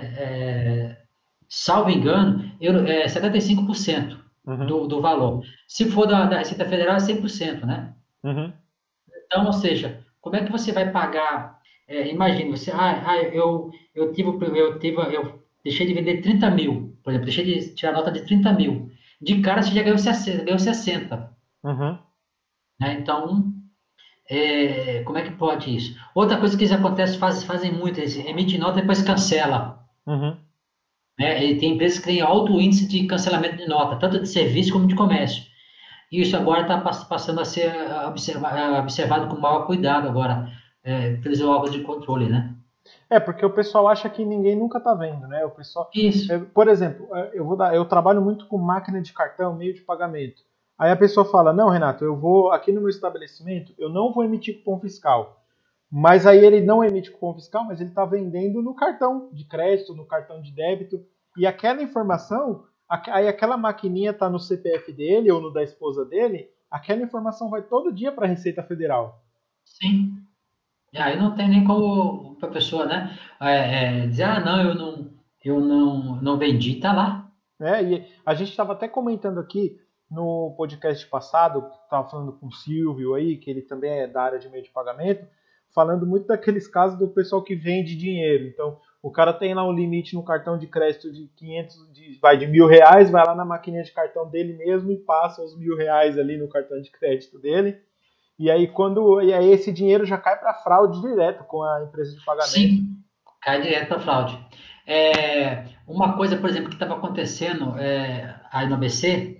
salvo engano, 75% do valor. Se for da Receita Federal, é 100%, né? Uhum. Então, ou seja, como é que você vai pagar? Imagine, você, eu deixei de vender 30 mil, por exemplo, deixei de tirar nota de 30 mil. De cara, você já ganhou 60. Uhum. Né? Então, como é que pode isso? Outra coisa que eles acontece, fazem muito, eles emitem nota e depois cancela. Uhum. E tem empresas que têm alto índice de cancelamento de nota, tanto de serviço como de comércio. E isso agora está passando a ser observado com maior cuidado agora, pelos órgãos de controle, né? Porque o pessoal acha que ninguém nunca está vendo, né? O pessoal, isso. Por exemplo, eu trabalho muito com máquina de cartão, meio de pagamento. Aí a pessoa fala, não, Renato, eu vou aqui no meu estabelecimento, eu não vou emitir cupom fiscal. Mas aí ele não emite cupom fiscal, mas ele está vendendo no cartão de crédito, no cartão de débito. E aquela informação, aí aquela maquininha está no CPF dele ou no da esposa dele, aquela informação vai todo dia para a Receita Federal. Sim. E aí não tem nem como a pessoa, né, dizer, não, eu não vendi, tá lá. E a gente estava até comentando aqui no podcast passado, estava falando com o Silvio aí, que ele também é da área de meio de pagamento, falando muito daqueles casos do pessoal que vende dinheiro. Então, o cara tem lá um limite no cartão de crédito de 500, de R$1.000, vai lá na maquininha de cartão dele mesmo e passa os R$1.000 ali no cartão de crédito dele. E aí esse dinheiro já cai para fraude direto com a empresa de pagamento. Sim, cai direto para fraude. Uma coisa, por exemplo, que estava acontecendo aí no ABC,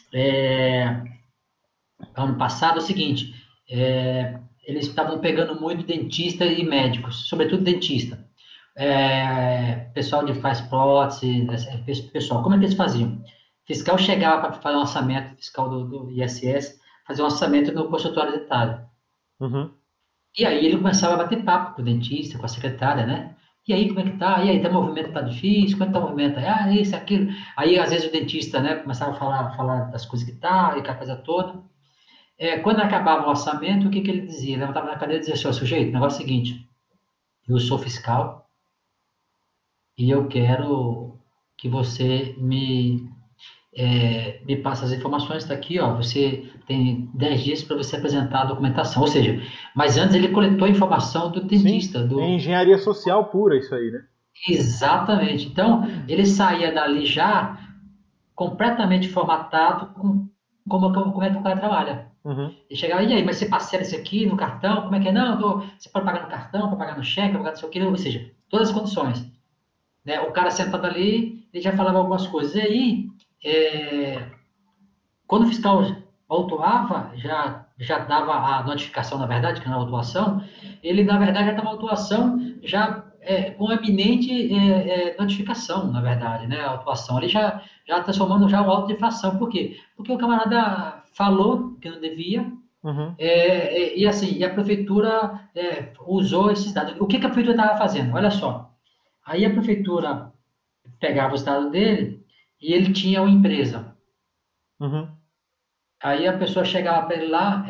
ano passado, é o seguinte, eles estavam pegando muito dentista e médicos, sobretudo dentista. Pessoal de faz prótese, pessoal, como é que eles faziam? O fiscal chegava para fazer um orçamento, fiscal do ISS, fazer um orçamento no consultório dentário. Uhum. E aí ele começava a bater papo com o dentista, com a secretária, né? E aí, como é que tá? E aí, o movimento tá difícil? Como é que tá o movimento? Isso, aquilo. Aí, às vezes, o dentista, né, começava a falar das coisas que tá, e aquela coisa toda. Quando acabava o orçamento, o que ele dizia? Ele levantava na cadeira e dizia assim, sujeito, o negócio é o seguinte, eu sou fiscal e eu quero que você me me passa as informações, está aqui, ó, você tem 10 dias para você apresentar a documentação. Ou seja, mas antes ele coletou a informação do dentista. Sim, é engenharia social pura isso aí, né? Exatamente. Então, ele saía dali já completamente formatado com como é que o cara trabalha. Uhum. E chegava, e aí, mas você parcela isso aqui no cartão? Como é que é? Não, você pode pagar no cartão, pode pagar no cheque, pode pagar não sei o quê, ou seja, todas as condições. Né? O cara sentado ali, ele já falava algumas coisas. E aí, quando o fiscal autuava, já dava a notificação, na verdade, que não é autuação, ele, na verdade, já estava autuação já com eminente notificação, na verdade, né? A autuação. Ele já transformando já o auto de infração. Por quê? Porque o camarada falou que não devia, Uhum. e assim, e a prefeitura usou esses dados. O que a prefeitura estava fazendo? Olha só. Aí a prefeitura pegava os dados dele e ele tinha uma empresa. Uhum. Aí a pessoa chegava para ele lá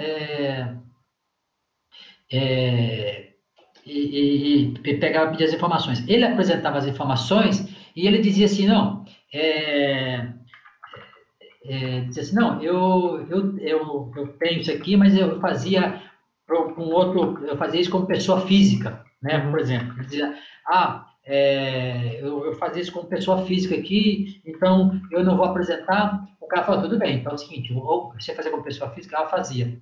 e pegava, pedia as informações. Ele apresentava as informações e ele dizia assim, não, dizia assim, não, eu tenho isso aqui, mas eu fazia com outro, eu fazia isso como pessoa física, né? Uhum. Por exemplo, ele dizia, eu fazia isso como pessoa física aqui, então eu não vou apresentar. O cara falou, tudo bem, então é o seguinte, ou você fazia como pessoa física, ela fazia.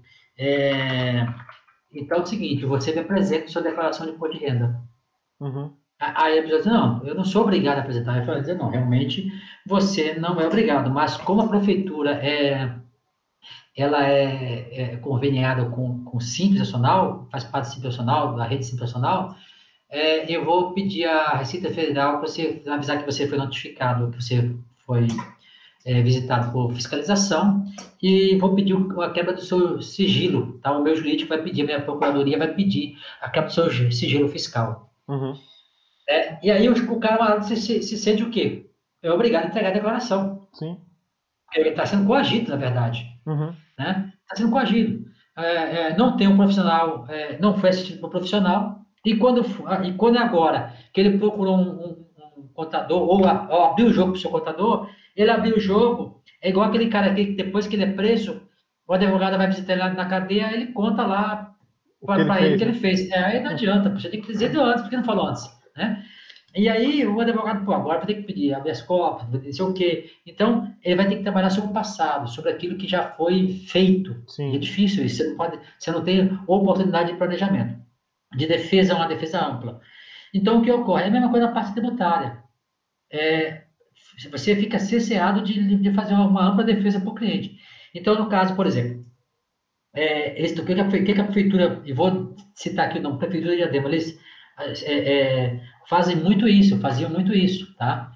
Então é o seguinte, você me apresenta sua declaração de imposto de renda. Uhum. Aí a pessoa diz, não, eu não sou obrigado a apresentar. Aí eu falei, não, realmente você não é obrigado, mas como a prefeitura ela é conveniada com o Simples Nacional, faz parte do Simples Nacional, da rede Simples Nacional, eu vou pedir à Receita Federal para você avisar que você foi notificado, que você foi visitado por fiscalização e vou pedir a quebra do seu sigilo, tá? O meu jurídico vai pedir, a minha procuradoria vai pedir a quebra do seu sigilo fiscal. Uhum. E aí o cara se sente o quê? É obrigado a entregar a declaração. Sim. Ele está sendo coagido, na verdade. Uhum. Né? Está sendo coagido. Não tem um profissional, não foi assistido por um profissional, e quando é agora que ele procurou um contador, ou abriu o jogo para o seu contador, ele abriu o jogo, é igual aquele cara que depois que ele é preso, o advogado vai visitar ele na cadeia, ele conta lá para ele o que ele fez. Aí não adianta, você tem que dizer antes, porque não falou antes. Né? E aí o advogado, agora vai ter que pedir habeas corpus, não sei o quê. Então, ele vai ter que trabalhar sobre o passado, sobre aquilo que já foi feito. Sim. E é difícil isso, você não tem oportunidade de planejamento. De defesa, uma defesa ampla. Então, o que ocorre? É a mesma coisa na parte tributária. Você fica cerceado de fazer uma ampla defesa para o cliente. Então, no caso, por exemplo, o que a prefeitura, e vou citar aqui o nome, Prefeitura de Diadema, eles faziam muito isso, tá?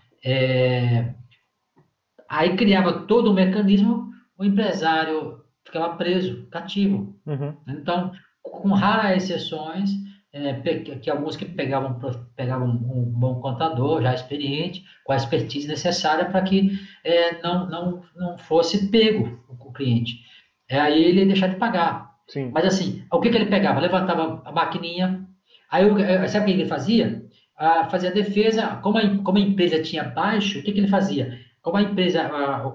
Aí criava todo o mecanismo, o empresário ficava preso, cativo. Uhum. Então, com raras exceções, que alguns que pegavam um bom contador, já experiente, com a expertise necessária para que não fosse pego o cliente. Aí ele ia deixar de pagar. Sim. Mas assim, o que ele pegava? Levantava a maquininha, aí sabe o que ele fazia? Fazia a defesa, como a empresa tinha baixo, o que ele fazia? Como a empresa,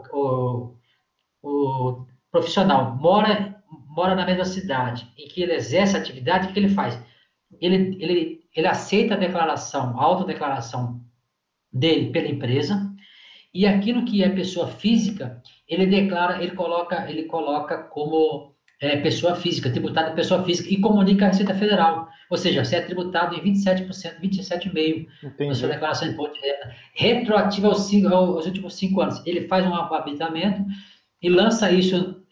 o profissional mora na mesma cidade em que ele exerce a atividade, o que ele faz? Ele aceita a autodeclaração dele pela empresa, e aquilo que é pessoa física, ele coloca como pessoa física, tributado pessoa física, e comunica à Receita Federal. Ou seja, você é tributado em 27%, 27,5% na sua declaração de imposto de renda, retroativa aos últimos 5 anos. Ele faz um habilitamento e lança isso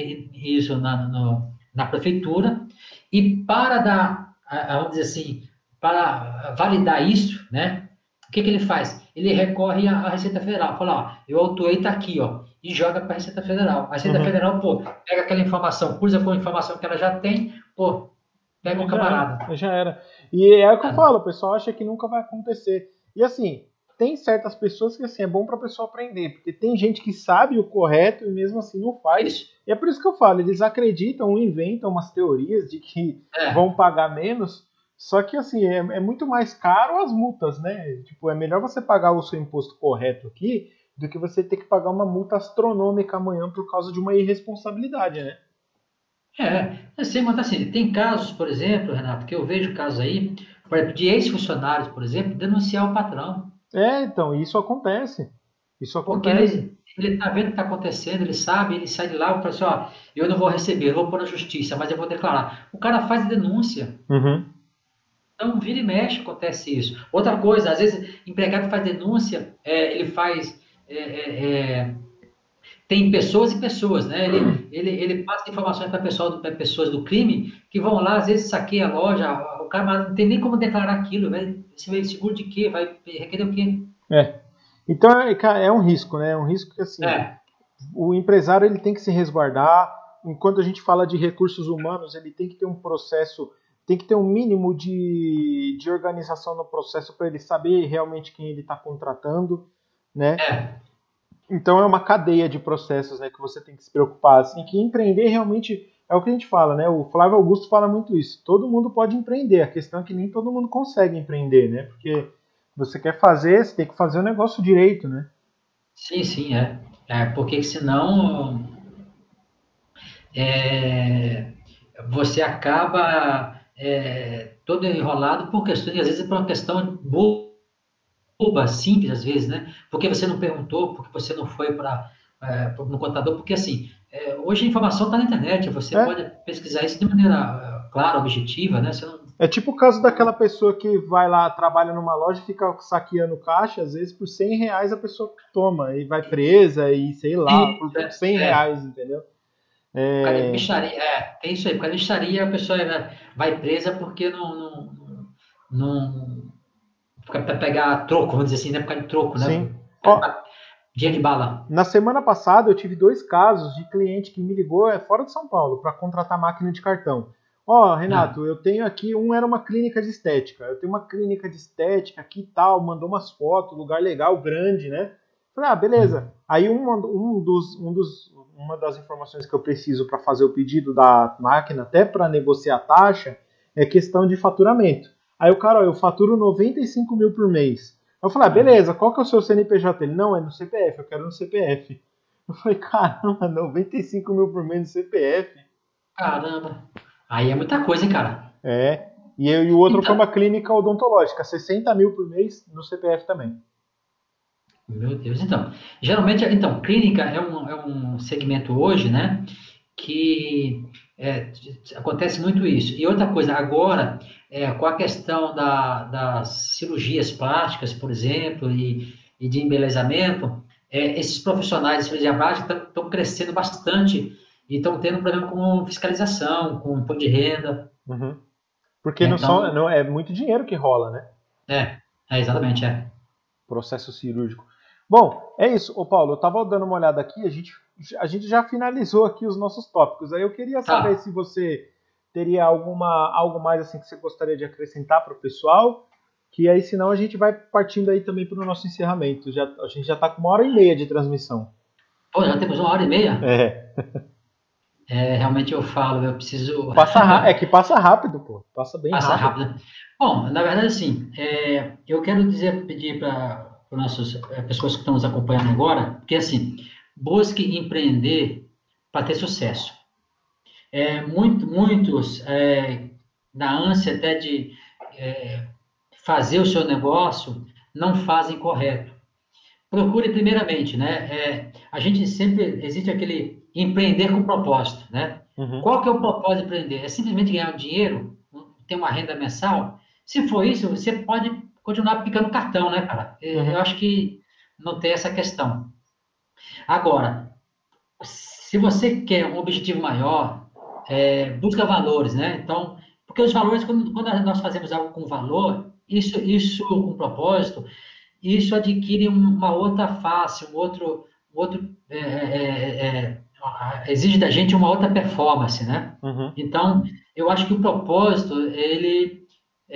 na prefeitura, e vamos dizer assim, para validar isso, né? O que ele faz? Ele recorre à Receita Federal, fala, eu autuei, está aqui, ó, e joga para a Receita Federal. A Receita Federal, pega aquela informação, cruza com a informação que ela já tem, pega um camarada. Já era. E é o que eu falo, o pessoal acha que nunca vai acontecer. E assim, tem certas pessoas que assim, é bom para a pessoa aprender, porque tem gente que sabe o correto e mesmo assim não faz. Isso. E é por isso que eu falo, eles acreditam, inventam umas teorias de que vão pagar menos. Só que assim, é muito mais caro as multas, né? Tipo, é melhor você pagar o seu imposto correto aqui do que você ter que pagar uma multa astronômica amanhã por causa de uma irresponsabilidade, né? Assim, mas assim, tem casos, por exemplo, Renato, que eu vejo casos aí, por exemplo, de ex-funcionários, por exemplo, denunciar o patrão. Então, isso acontece. Isso Porque acontece. ele está vendo o que está acontecendo, ele sabe, ele sai de lá e fala assim, ó, eu não vou receber, eu vou pôr na justiça, mas eu vou declarar. O cara faz a denúncia. Uhum. Então, vira e mexe, acontece isso. Outra coisa, às vezes, empregado faz denúncia, ele faz... tem pessoas e pessoas, né? Ele passa informações para pessoas do crime que vão lá, às vezes saqueia a loja, o cara não tem nem como declarar aquilo, vai seguro de quê? Vai requerer o quê? Então, cara, é um risco, né? É um risco que, assim, o empresário ele tem que se resguardar. Enquanto a gente fala de recursos humanos, ele tem que ter um processo, tem que ter um mínimo de organização no processo para ele saber realmente quem ele está contratando, né? Então é uma cadeia de processos, né, que você tem que se preocupar, assim, que empreender realmente é o que a gente fala, né? O Flávio Augusto fala muito isso. Todo mundo pode empreender, a questão é que nem todo mundo consegue empreender, né? Porque você quer fazer, você tem que fazer o negócio direito, né? Sim, porque senão você acaba todo enrolado por questões, às vezes por uma questão boba, simples, às vezes, né? Porque você não perguntou, porque você não foi no contador, porque assim, hoje a informação está na internet, você pode pesquisar isso de maneira clara, objetiva, né? Você não... É tipo o caso daquela pessoa que vai lá, trabalha numa loja e fica saqueando caixa, às vezes por R$100 a pessoa toma e vai presa e sei lá, por R$100, entendeu? Por causa de mixaria, tem isso aí, por causa de mixaria a pessoa vai presa porque não para pegar troco, vamos dizer assim, né? Por causa de troco, né? Sim. Dinheiro de bala. Na semana passada eu tive 2 casos de cliente que me ligou fora de São Paulo para contratar máquina de cartão. Renato, eu tenho aqui, era uma clínica de estética. Eu tenho uma clínica de estética aqui e tal, mandou umas fotos, lugar legal, grande, né? Falei, beleza. Aí uma das informações que eu preciso para fazer o pedido da máquina, até para negociar a taxa, é questão de faturamento. Aí o cara, eu faturo 95 mil por mês. Eu falei, beleza, qual que é o seu CNPJ? Ele, não, é no CPF, eu quero no CPF. Eu falei, caramba, 95 mil por mês no CPF. Caramba. Aí é muita coisa, hein, cara? E o outro foi uma clínica odontológica, 60 mil por mês no CPF também. Meu Deus, geralmente, clínica é um segmento hoje, né, que acontece muito isso. E outra coisa, agora, com a questão das cirurgias plásticas, por exemplo, e de embelezamento, esses profissionais de cirurgia plástica estão crescendo bastante e estão tendo problema com fiscalização, com imposto de renda. Uhum. Porque não é muito dinheiro que rola, né? Exatamente, Processo cirúrgico. Bom, é isso. Ô Paulo, eu estava dando uma olhada aqui, a gente já finalizou aqui os nossos tópicos. Aí eu queria saber se você teria algo mais assim que você gostaria de acrescentar para o pessoal, que aí senão a gente vai partindo aí também para o nosso encerramento. A gente já está com 1h30 de transmissão. Pô, já temos 1h30? Realmente eu falo, eu preciso... É que passa rápido, pô. Passa bem rápido. Passa rápido. Bom, na verdade, assim, eu quero pedir para as pessoas que estão nos acompanhando agora, que, assim, busque empreender para ter sucesso. Muitos, na ânsia até de fazer o seu negócio, não fazem correto. Procure primeiramente, né? A gente sempre, existe aquele empreender com propósito, né? Uhum. Qual que é o propósito de empreender? É simplesmente ganhar um dinheiro, ter uma renda mensal? Se for isso, você pode continuar picando cartão, né, cara? Uhum. Eu acho que não tem essa questão. Agora, se você quer um objetivo maior, busca valores, né? Então, porque os valores, quando nós fazemos algo com valor, isso com propósito, isso adquire uma outra face, um outro exige da gente uma outra performance, né? Uhum. Então, eu acho que o propósito, ele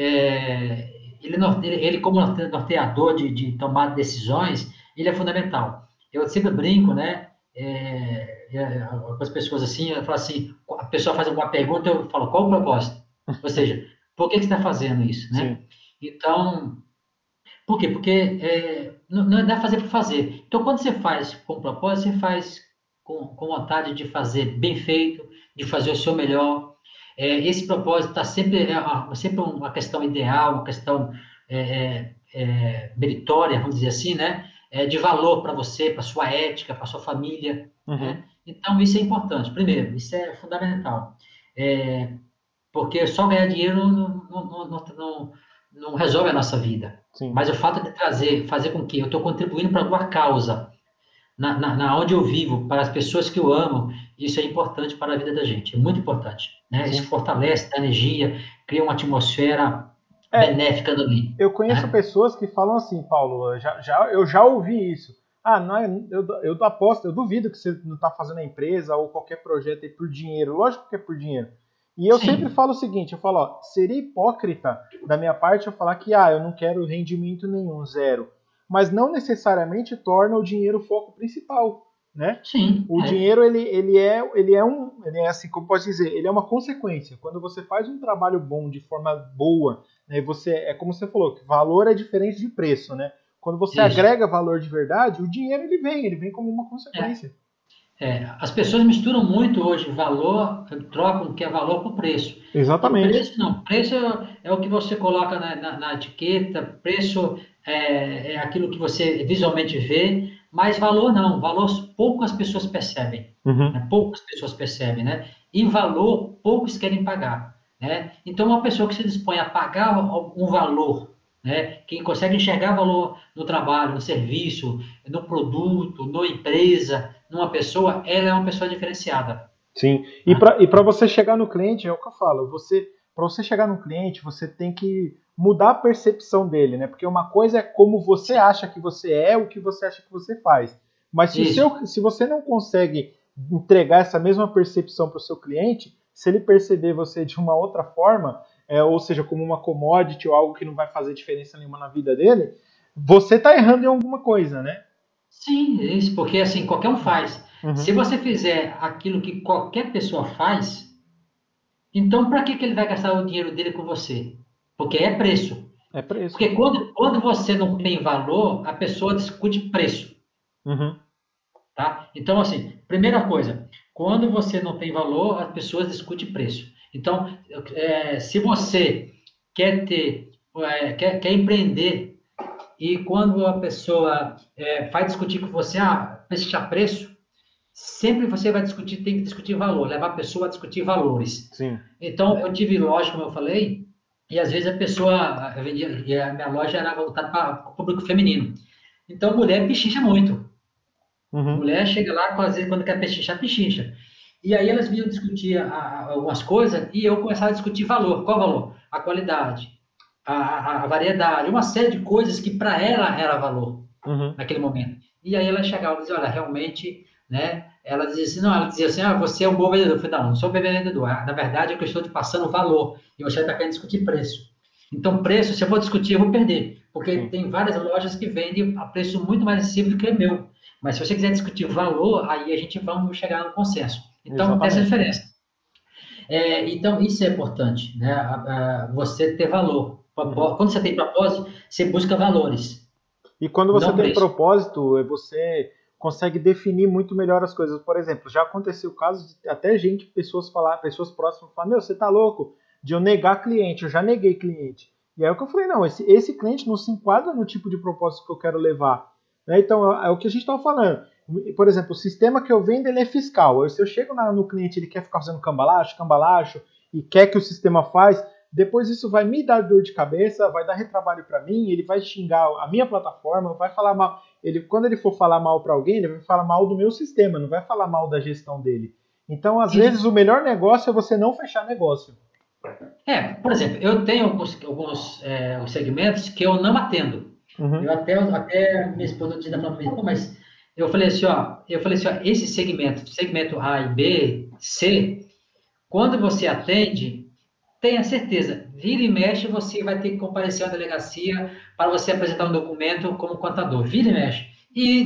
como norteador de tomar decisões, ele é fundamental. Eu sempre brinco, né? Com as pessoas assim, eu falo assim, a pessoa faz alguma pergunta, eu falo, qual o propósito? Ou seja, por que você está fazendo isso, né? Sim. Então, Por quê? Porque não é fazer por fazer. Então, quando você faz com propósito, você faz com vontade de fazer bem feito, de fazer o seu melhor. Esse propósito está sempre uma questão ideal, uma questão meritória, vamos dizer assim, né? De valor para você, para sua ética, para sua família. Né? Então, isso é importante. Primeiro, isso é fundamental. Porque só ganhar dinheiro não resolve a nossa vida. Sim. Mas o fato de fazer com que eu estou contribuindo para alguma causa, na onde eu vivo, para as pessoas que eu amo, isso é importante para a vida da gente, é muito importante. Né? Isso fortalece a energia, cria uma atmosfera benéfica ali. Eu conheço pessoas que falam assim, Paulo, eu já ouvi isso. Eu aposto, eu duvido que você não está fazendo a empresa ou qualquer projeto aí por dinheiro. Lógico que é por dinheiro. E eu sempre falo o seguinte, eu falo, seria hipócrita da minha parte eu falar que eu não quero rendimento nenhum, zero. Mas não necessariamente torna o dinheiro o foco principal, né? Sim. O dinheiro, ele é assim, como posso dizer, ele é uma consequência. Quando você faz um trabalho bom, de forma boa, né, é como você falou, que valor é diferente de preço, né? Quando você agrega valor de verdade, o dinheiro ele vem como uma consequência. As pessoas misturam muito hoje valor, trocam o que é valor por preço. Exatamente. E preço não. Preço é o que você coloca na etiqueta, preço é aquilo que você visualmente vê, mas valor não. Valor poucas pessoas percebem. Né? Poucas pessoas percebem, né? E valor poucos querem pagar. Né? Então, uma pessoa que se dispõe a pagar um valor, né? Quem consegue enxergar valor no trabalho, no serviço, no produto, na empresa, numa pessoa, ela é uma pessoa diferenciada. Sim, e para você chegar no cliente, é o que eu falo, para você chegar no cliente, você tem que mudar a percepção dele, né? Porque uma coisa é como você acha que você é, o que você acha que você faz. Mas se você não consegue entregar essa mesma percepção para o seu cliente, se ele perceber você de uma outra forma, ou seja, como uma commodity ou algo que não vai fazer diferença nenhuma na vida dele, você está errando em alguma coisa, né? Sim, isso, porque assim, qualquer um faz. Se você fizer aquilo que qualquer pessoa faz, então para que ele vai gastar o dinheiro dele com você? Porque é preço. É preço. Porque quando você não tem valor, a pessoa discute preço. Tá? Então, assim, primeira coisa, quando você não tem valor, as pessoas discutem preço. Então, se você quer empreender, e quando a pessoa vai discutir com você, fechar preço, sempre você tem que discutir valor, levar a pessoa a discutir valores. Sim. Então, eu tive loja, como eu falei, e às vezes a pessoa, e a minha loja era voltada para o público feminino. Então, mulher pechincha muito. Mulher chega lá, às vezes, quando quer pechincha. E aí elas vinham discutir algumas coisas e eu começava a discutir valor. Qual valor? A qualidade, a variedade, uma série de coisas que para ela era valor naquele momento. E aí ela chegava e dizia, olha, realmente, né? Ela dizia assim, você é um bom vendedor. Eu falei, não sou bom vendedor. Na verdade, é que eu estou te passando valor e você está querendo discutir preço. Então, preço, se eu for discutir, eu vou perder. Porque tem várias lojas que vendem a preço muito mais acessível do que o meu. Mas se você quiser discutir valor, aí a gente vai chegar no consenso. Então, tem essa diferença. Então, isso é importante, né? Você ter valor. Quando você tem propósito, você busca valores. E quando você tem propósito, você consegue definir muito melhor as coisas. Por exemplo, já aconteceu o caso de até pessoas próximas falar, você tá louco de eu negar cliente, eu já neguei cliente. E aí é o que eu falei, não, esse cliente não se enquadra no tipo de propósito que eu quero levar. Né? Então, é o que a gente estava falando. Por exemplo, o sistema que eu vendo, ele é fiscal. Se eu chego no cliente, ele quer ficar fazendo cambalacho, e quer que o sistema faz, depois isso vai me dar dor de cabeça, vai dar retrabalho para mim, ele vai xingar a minha plataforma, vai falar mal. Quando ele for falar mal para alguém, ele vai falar mal do meu sistema, não vai falar mal da gestão dele. Então, às vezes, o melhor negócio é você não fechar negócio. Por exemplo, eu tenho alguns segmentos que eu não atendo. Eu até minha esposa disse para mim, mas eu falei assim, esse segmento A e B, C, quando você atende, tenha certeza, vira e mexe, você vai ter que comparecer à delegacia para você apresentar um documento como contador. Vira e mexe. E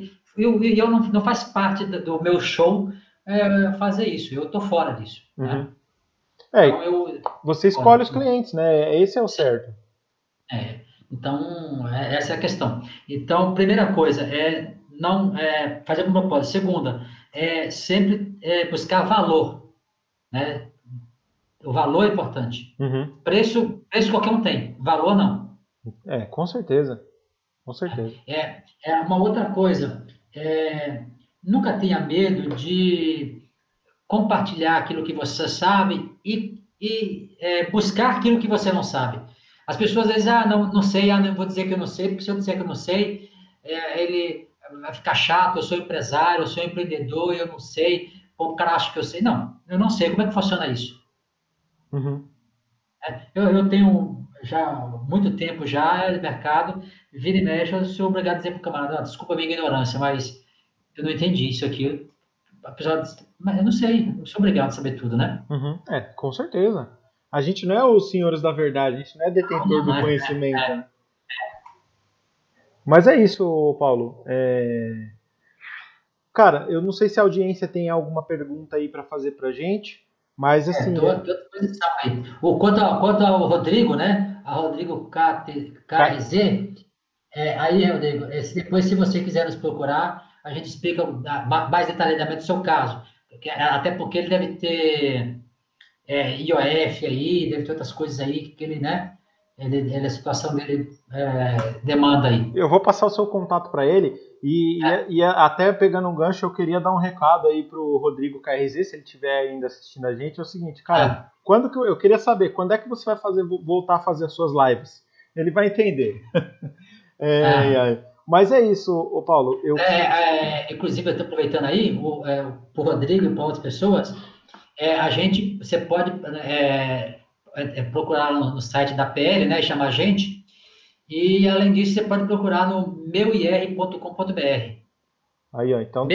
não faz parte do meu show fazer isso. Eu estou fora disso. Né? Então, você escolhe os clientes, né? Esse é o certo. Então, essa é a questão. Então, primeira coisa é não fazer com propósito. Segunda, sempre buscar valor, né? O valor é importante. Uhum. Preço qualquer um tem, valor não. Com certeza. Com certeza. Uma outra coisa, nunca tenha medo de compartilhar aquilo que você sabe e buscar aquilo que você não sabe. As pessoas às vezes, não sei, não vou dizer que eu não sei, porque se eu disser que eu não sei, ele vai ficar chato, eu sou empresário, eu sou empreendedor, eu não sei, o cara acha que eu sei. Não, eu não sei, como é que funciona isso? Uhum. Eu tenho já muito tempo já de mercado, vira e mexe, eu sou obrigado a dizer para o camarada, desculpa a minha ignorância, mas eu não entendi isso aqui. A pessoa diz, mas eu não sei, não sou obrigado a saber tudo, né? Uhum. Com certeza. A gente não é os senhores da verdade, a gente não é detentor do conhecimento. Né? Mas é isso, Paulo. Cara, eu não sei se a audiência tem alguma pergunta aí para fazer pra gente, mas assim... Tô à disposição aí. Quanto ao Rodrigo, né? A Rodrigo KRZ, aí, Rodrigo, depois, se você quiser nos procurar, a gente explica mais detalhadamente o seu caso. Até porque ele deve ter IOF aí, deve ter outras coisas aí que ele, né? A situação dele demanda aí. Eu vou passar o seu contato para ele e até pegando um gancho, eu queria dar um recado aí pro Rodrigo KRZ, se ele estiver ainda assistindo a gente, é o seguinte, cara, eu queria saber, quando é que você vai voltar a fazer as suas lives? Ele vai entender. Mas é isso, ô Paulo. Inclusive, eu estou aproveitando aí, pro Rodrigo e para outras pessoas, você pode procurar no site da PL, né, e chamar a gente, e além disso, você pode procurar no meuir.com.br. Aí, ó, então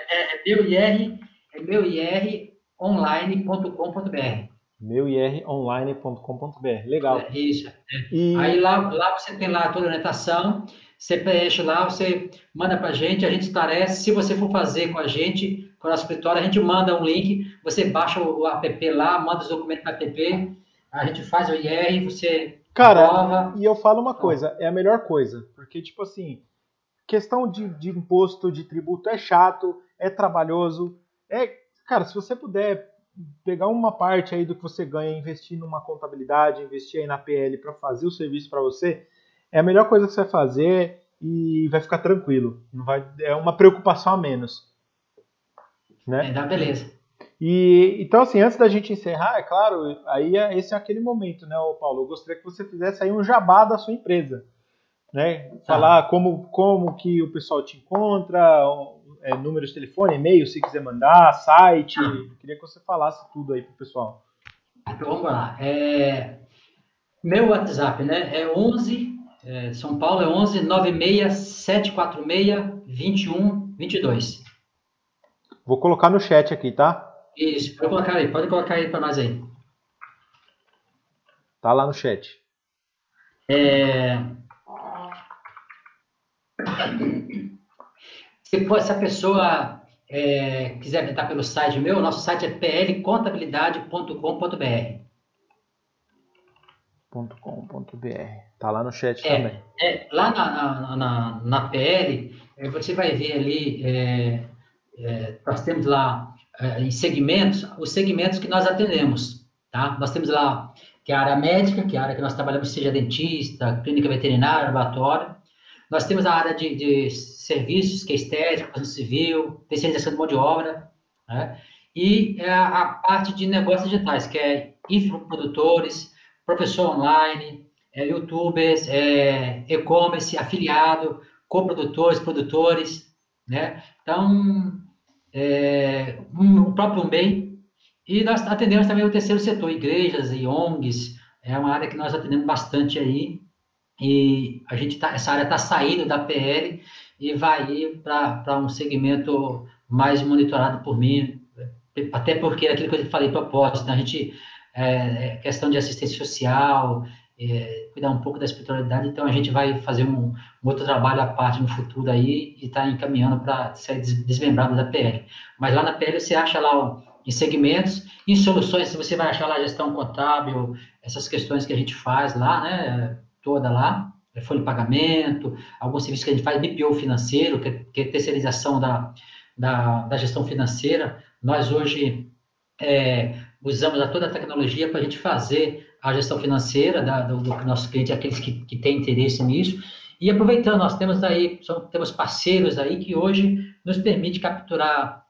meuironline.com.br. meuironline.com.br. Legal. Isso. Aí lá você tem lá toda a orientação, você preenche lá, você manda para a gente esclarece. Se você for fazer com a gente, com o nosso escritório, a gente manda um link, você baixa o app lá, manda os documentos para o app, a gente faz o IR, você... Cara, e eu falo uma coisa, é a melhor coisa, porque, tipo assim, questão de imposto, de tributo é chato, é trabalhoso, cara, se você puder pegar uma parte aí do que você ganha, investir numa contabilidade, investir aí na PL para fazer o serviço para você, é a melhor coisa que você vai fazer e vai ficar tranquilo, é uma preocupação a menos, né? Então, beleza. Então, assim, antes da gente encerrar, é claro, aí esse é aquele momento, né, Paulo? Eu gostaria que você fizesse aí um jabá da sua empresa, né? Falar como que o pessoal te encontra, número de telefone, e-mail, se quiser mandar, site. Eu queria que você falasse tudo aí pro pessoal. Então, vamos lá. Meu WhatsApp, né, é 11, São Paulo é 11 96 746 2122. Vou colocar no chat aqui, tá? Isso, pode colocar aí para nós aí. Tá lá no chat. Se a pessoa quiser entrar pelo site meu, nosso site é plcontabilidade.com.br. Tá lá no chat também. Lá na PL, você vai ver ali, nós temos lá em segmentos, os segmentos que nós atendemos, tá? Nós temos lá, que é a área médica, que é a área que nós trabalhamos, seja dentista, clínica veterinária, laboratório. Nós temos a área de serviços, que é estética, construção civil, terceirização de mão de obra, né? E a parte de negócios digitais, que é infoprodutores, professor online, youtubers, e-commerce, afiliado, coprodutores, produtores, né? Então, o próprio MEI, e nós atendemos também o terceiro setor, igrejas e ONGs, é uma área que nós atendemos bastante aí, e essa área está saindo da PL e vai ir para um segmento mais monitorado por mim, até porque aquilo que eu falei, propósito, a gente, questão de assistência social, cuidar um pouco da espiritualidade, então a gente vai fazer um outro trabalho à parte no futuro aí e está encaminhando para ser desmembrado da PL. Mas lá na PL você acha lá em segmentos, em soluções, você vai achar lá gestão contábil, essas questões que a gente faz lá, né, toda lá, folha de pagamento, alguns serviços que a gente faz, BPO financeiro, que é terceirização da gestão financeira. Nós hoje usamos toda a tecnologia para a gente fazer a gestão financeira do nosso cliente, aqueles que têm interesse nisso. E aproveitando, nós temos parceiros aí que hoje nos permite capturar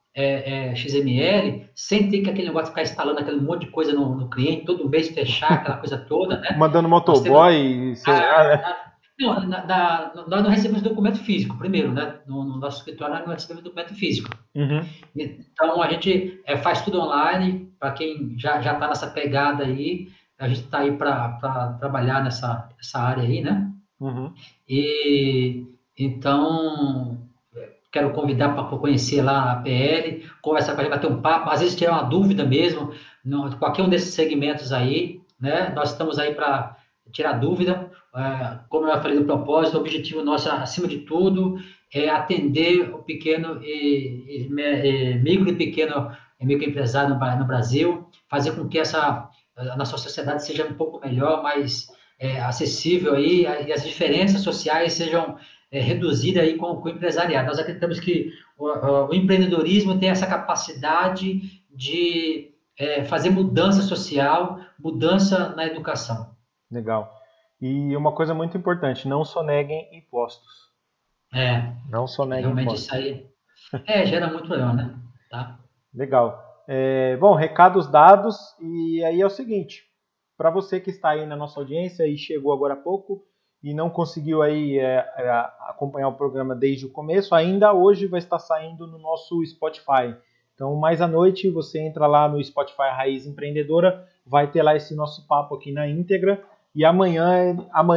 XML sem ter que aquele negócio de ficar instalando aquele monte de coisa no cliente, todo mês fechar aquela coisa toda, né? Mandando motoboy, sei lá, Não, nós não recebemos documento físico, primeiro, né? No nosso escritório nós não recebemos documento físico. Uhum. Então, a gente faz tudo online, para quem já está nessa pegada aí, a gente está aí para trabalhar nessa área aí, né? Uhum. E, então, quero convidar para conhecer lá a PL, conversar com a gente, bater um papo, às vezes tirar uma dúvida mesmo, qualquer um desses segmentos aí, né? Nós estamos aí para tirar dúvida. Como eu falei no propósito, o objetivo nosso, acima de tudo, é atender o pequeno micro e pequeno microempresário no Brasil, fazer com que a nossa sociedade seja um pouco melhor, mais acessível aí, e as diferenças sociais sejam reduzidas aí com o empresariado. Nós acreditamos que o empreendedorismo tem essa capacidade de fazer mudança social, mudança na educação. Legal. E uma coisa muito importante, não soneguem impostos. Não soneguem realmente impostos. Isso aí gera muito problema, né? Tá? Legal. Bom, recados dados, e aí é o seguinte, para você que está aí na nossa audiência e chegou agora há pouco e não conseguiu aí acompanhar o programa desde o começo, ainda hoje vai estar saindo no nosso Spotify. Então, mais à noite, você entra lá no Spotify Raiz Empreendedora, vai ter lá esse nosso papo aqui na íntegra. E amanhã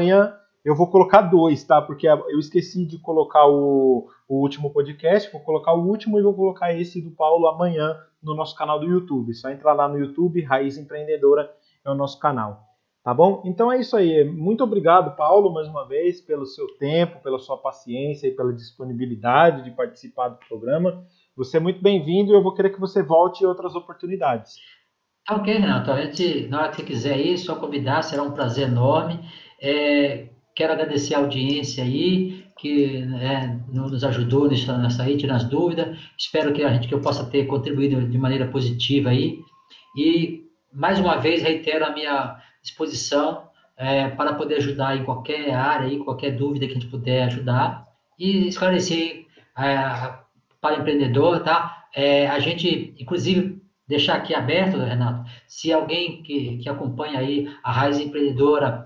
eu vou colocar 2, tá? Porque eu esqueci de colocar o último podcast, vou colocar o último e vou colocar esse do Paulo amanhã no nosso canal do YouTube. Só entrar lá no YouTube, Raiz Empreendedora é o nosso canal. Tá bom? Então é isso aí. Muito obrigado, Paulo, mais uma vez, pelo seu tempo, pela sua paciência e pela disponibilidade de participar do programa. Você é muito bem-vindo e eu vou querer que você volte em outras oportunidades. Ok, Renato. A gente, na hora que você quiser ir, só convidar, será um prazer enorme. Quero agradecer a audiência aí, que nos ajudou nessa aí, tirando as dúvidas. Espero que eu possa ter contribuído de maneira positiva aí. E, mais uma vez, reitero a minha disposição para poder ajudar em qualquer área, aí, qualquer dúvida que a gente puder ajudar. E esclarecer para o empreendedor, tá? A gente, inclusive, deixar aqui aberto, Renato, se alguém que acompanha aí a Raiz Empreendedora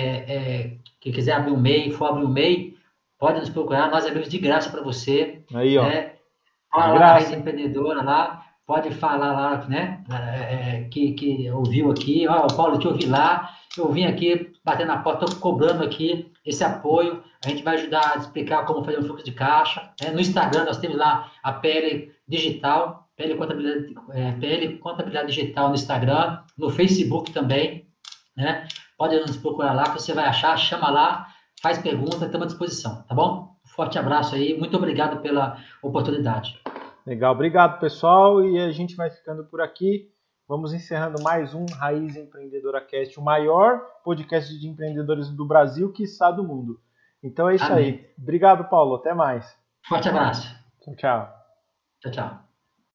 que quiser abrir um MEI, for abrir um MEI, pode nos procurar, nós abrimos de graça para você. Aí, ó. Fala lá na Raiz Empreendedora lá, pode falar lá, né? Que ouviu aqui, ó, Paulo, te ouvi lá, eu vim aqui bater na porta, estou cobrando aqui esse apoio, a gente vai ajudar a explicar como fazer um fluxo de caixa. No Instagram nós temos lá a PL Digital, PL Contabilidade Digital no Instagram, no Facebook também, né? Pode nos procurar lá, que você vai achar, chama lá, faz pergunta, estamos à disposição, tá bom? Forte abraço aí, muito obrigado pela oportunidade. Legal, obrigado pessoal, e a gente vai ficando por aqui. Vamos encerrando mais um Raiz Empreendedora Cast, o maior podcast de empreendedores do Brasil, quiçá do mundo. Então é isso. Amém. Aí. Obrigado, Paulo. Até mais. Forte abraço. Tchau. Tchau, tchau.